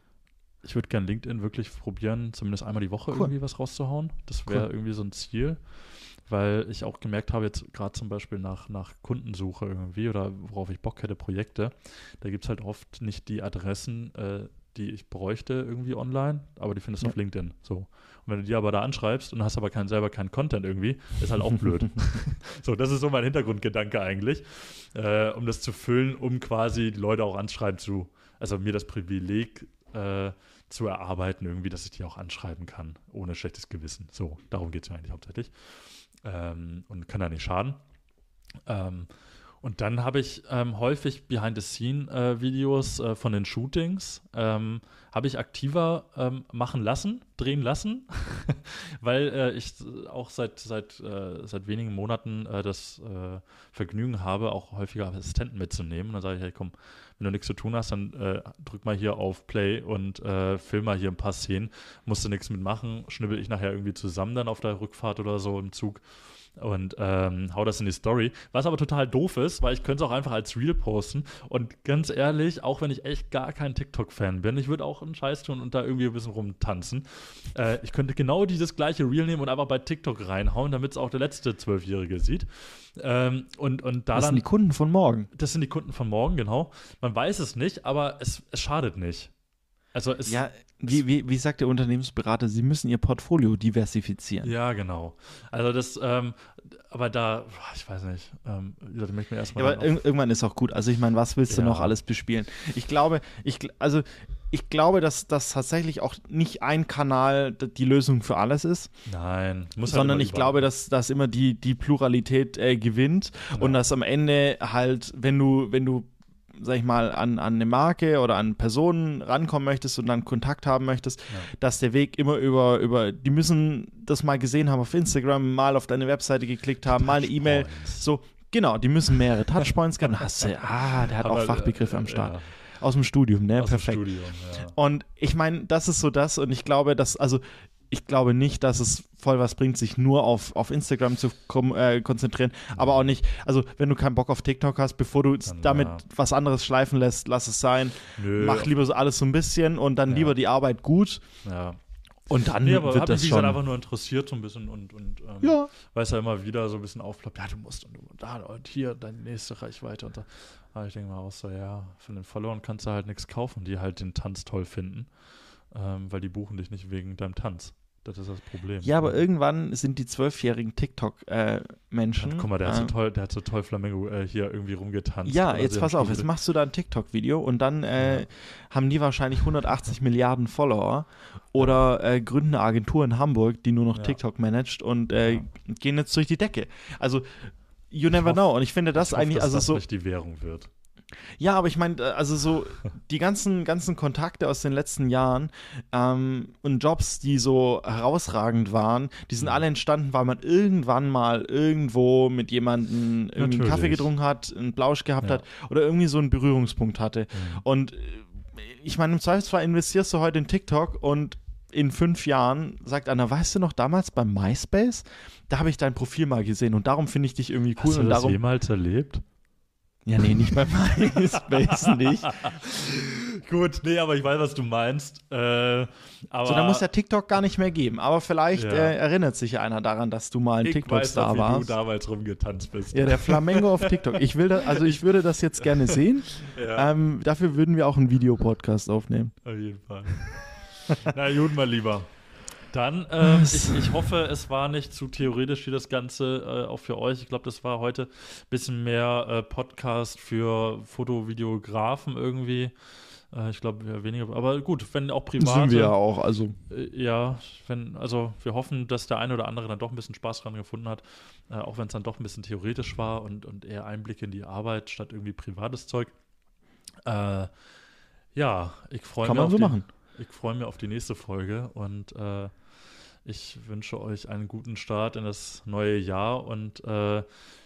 ich würde gern LinkedIn wirklich probieren, zumindest einmal die Woche Cool. irgendwie was rauszuhauen. Das wäre Cool. irgendwie so ein Ziel, weil ich auch gemerkt habe, jetzt gerade zum Beispiel nach, nach Kundensuche irgendwie oder worauf ich Bock hätte, Projekte, da gibt es halt oft nicht die Adressen, äh, die ich bräuchte irgendwie online, aber die findest du Ja. auf LinkedIn. So. Und wenn du die aber da anschreibst und hast aber kein, selber keinen Content irgendwie, ist halt auch blöd. So, das ist so mein Hintergrundgedanke eigentlich, äh, um das zu füllen, um quasi die Leute auch anschreiben zu, also mir das Privileg äh, zu erarbeiten irgendwie, dass ich die auch anschreiben kann, ohne schlechtes Gewissen. So, darum geht es mir eigentlich hauptsächlich. Ähm, und kann da nicht schaden. Ähm, und dann habe ich ähm, häufig Behind-the-Scene-Videos äh, von den Shootings, ähm, habe ich aktiver ähm, machen lassen, drehen lassen, weil äh, ich auch seit, seit, äh, seit wenigen Monaten äh, das äh, Vergnügen habe, auch häufiger Assistenten mitzunehmen. Und dann sage ich, hey komm, wenn du nichts zu tun hast, dann äh, drück mal hier auf Play und äh, film mal hier ein paar Szenen. Musst du nichts mitmachen, schnibbel ich nachher irgendwie zusammen dann auf der Rückfahrt oder so im Zug und ähm, hau das in die Story. Was aber total doof ist, weil ich könnte es auch einfach als Reel posten. Und ganz ehrlich, auch wenn ich echt gar kein TikTok-Fan bin, ich würde auch einen Scheiß tun und da irgendwie ein bisschen rumtanzen. Äh, ich könnte genau dieses gleiche Reel nehmen und einfach bei TikTok reinhauen, damit es auch der letzte Zwölfjährige sieht. Ähm, und, und da Das dann, sind die Kunden von morgen. Das sind die Kunden von morgen, genau. Man weiß es nicht, aber es, es schadet nicht. Also es, Ja, wie, wie, wie sagt der Unternehmensberater, sie müssen ihr Portfolio diversifizieren. Ja, genau. Also das, ähm, aber da, ich weiß nicht, ähm, da möchte ich mir erstmal. Ja, aber ir irgendwann ist auch gut. Also ich meine, was willst du Ja. noch alles bespielen? Ich glaube, ich, also ich glaube, dass das tatsächlich auch nicht ein Kanal die Lösung für alles ist, Nein, muss halt sondern immer ich überall. glaube, dass, dass immer die, die Pluralität äh, gewinnt und dass am Ende halt, wenn du, wenn du sag ich mal, an, an eine Marke oder an Personen rankommen möchtest und dann Kontakt haben möchtest, Ja. dass der Weg immer über, über, die müssen das mal gesehen haben auf Instagram, mal auf deine Webseite geklickt haben, mal eine E-Mail, Touchpoints. so, genau, die müssen mehrere Touchpoints haben. Hast du, ah, der hat Aber, auch Fachbegriffe äh, am Start. Ja, Aus dem Studium, ne? aus dem Perfekt. Studium, ja. Und ich meine, das ist so das und ich glaube, dass, also ich glaube nicht, dass es voll was bringt, sich nur auf, auf Instagram zu kom- äh, konzentrieren, aber auch nicht, also wenn du keinen Bock auf TikTok hast, bevor du Dann, damit ja. was anderes schleifen lässt, lass es sein, Nö, mach lieber so alles so ein bisschen und dann Ja. lieber die Arbeit gut ja. und dann Nee, aber wird hat mich, das wie gesagt, schon. einfach nur interessiert so ein bisschen und, und ähm, Ja, weil es ja immer wieder so ein bisschen aufploppt, ja, du musst und, und da und hier deine nächste Reichweite und da. Aber ich denke mal auch so, ja, von den Followern kannst du halt nichts kaufen, die halt den Tanz toll finden, ähm, weil die buchen dich nicht wegen deinem Tanz. Das ist das Problem. ja, aber irgendwann sind die zwölfjährigen TikTok-Menschen. Ja, guck mal, der hat so äh, toll, der hat so toll Flamengo äh, hier irgendwie rumgetanzt. Ja, Oder jetzt sie pass haben auf, jetzt Studie- machst du da ein TikTok-Video und dann äh, Ja. haben die wahrscheinlich hundertachtzig Milliarden Follower oder äh, gründen eine Agentur in Hamburg, die nur noch Ja. TikTok managt und äh, Ja. gehen jetzt durch die Decke. Also, you never hoffe- know. Und ich finde das ich hoffe, eigentlich, dass also das so, nicht die Währung wird. ja, aber ich meine, also so die ganzen, ganzen Kontakte aus den letzten Jahren ähm, und Jobs, die so herausragend waren, die sind Mhm. alle entstanden, weil man irgendwann mal irgendwo mit jemandem irgendwie einen Natürlich. Kaffee getrunken hat, einen Plausch gehabt Ja. hat oder irgendwie so einen Berührungspunkt hatte. Mhm. Und äh, ich meine, im Zweifelsfall investierst du heute in TikTok und in fünf Jahren sagt einer, weißt du noch, damals beim MySpace, da habe ich dein Profil mal gesehen und darum finde ich dich irgendwie cool Hast du und das darum. jemals erlebt? Ja, nee, nicht beim MySpace nicht. Gut, nee, aber ich weiß, was du meinst. Äh, aber So, da muss ja TikTok gar nicht mehr geben. Aber vielleicht Ja. äh, erinnert sich ja einer daran, dass du mal ein ich weiß TikTok-Star noch, wie warst. du damals rumgetanzt bist. Ja, der Flamengo auf TikTok. Ich will da, also ich würde das jetzt gerne sehen. Ja, Ähm, dafür würden wir auch einen Videopodcast aufnehmen. auf jeden Fall. Na gut, mein Lieber. Dann, ähm, ich, ich hoffe, es war nicht zu theoretisch wie das Ganze äh, auch für euch. Ich glaube, das war heute ein bisschen mehr äh, Podcast für Fotovideografen irgendwie. Äh, ich glaube, ja, weniger, aber gut, wenn auch private. auch. Also Äh, Ja, wenn, also wir hoffen, dass der eine oder andere dann doch ein bisschen Spaß dran gefunden hat, äh, auch wenn es dann doch ein bisschen theoretisch war und, und eher Einblicke in die Arbeit statt irgendwie privates Zeug. Äh, ja, ich freue kann mich man auf so die, machen. ich freue mich auf die nächste Folge und äh, ich wünsche euch einen guten Start in das neue Jahr und äh,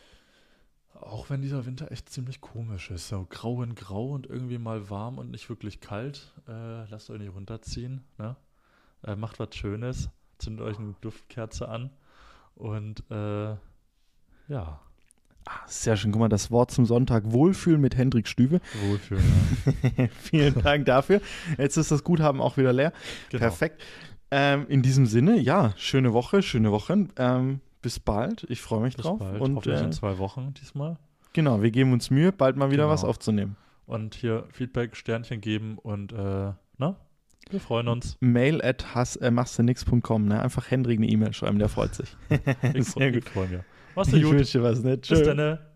auch wenn dieser Winter echt ziemlich komisch ist, so grau in grau und irgendwie mal warm und nicht wirklich kalt, äh, lasst euch nicht runterziehen, ne? Äh, macht was Schönes, zündet euch eine Duftkerze an und äh, ja, Ah, sehr schön. Guck mal, das Wort zum Sonntag. Wohlfühlen mit Hendrik Stüwe. wohlfühlen. Ja. Vielen Dank dafür. Jetzt ist das Guthaben auch wieder leer. Genau. Perfekt. Ähm, in diesem Sinne, ja, schöne Woche, schöne Woche. Ähm, bis bald. Ich freue mich Bis drauf. bald, Und hoffentlich äh, in zwei Wochen diesmal. genau, wir geben uns Mühe, bald mal wieder Genau. was aufzunehmen. Und hier Feedback, Sternchen geben und äh, na, Wir freuen uns. Mail at äh, machstdu nix punkt com, ne? Einfach Hendrik eine E-Mail schreiben, der freut sich. Ich, Sehr ich gut. freue mich. Mach's dir Ich gut. wünsche dir was, ne? Bis Tschö. dann.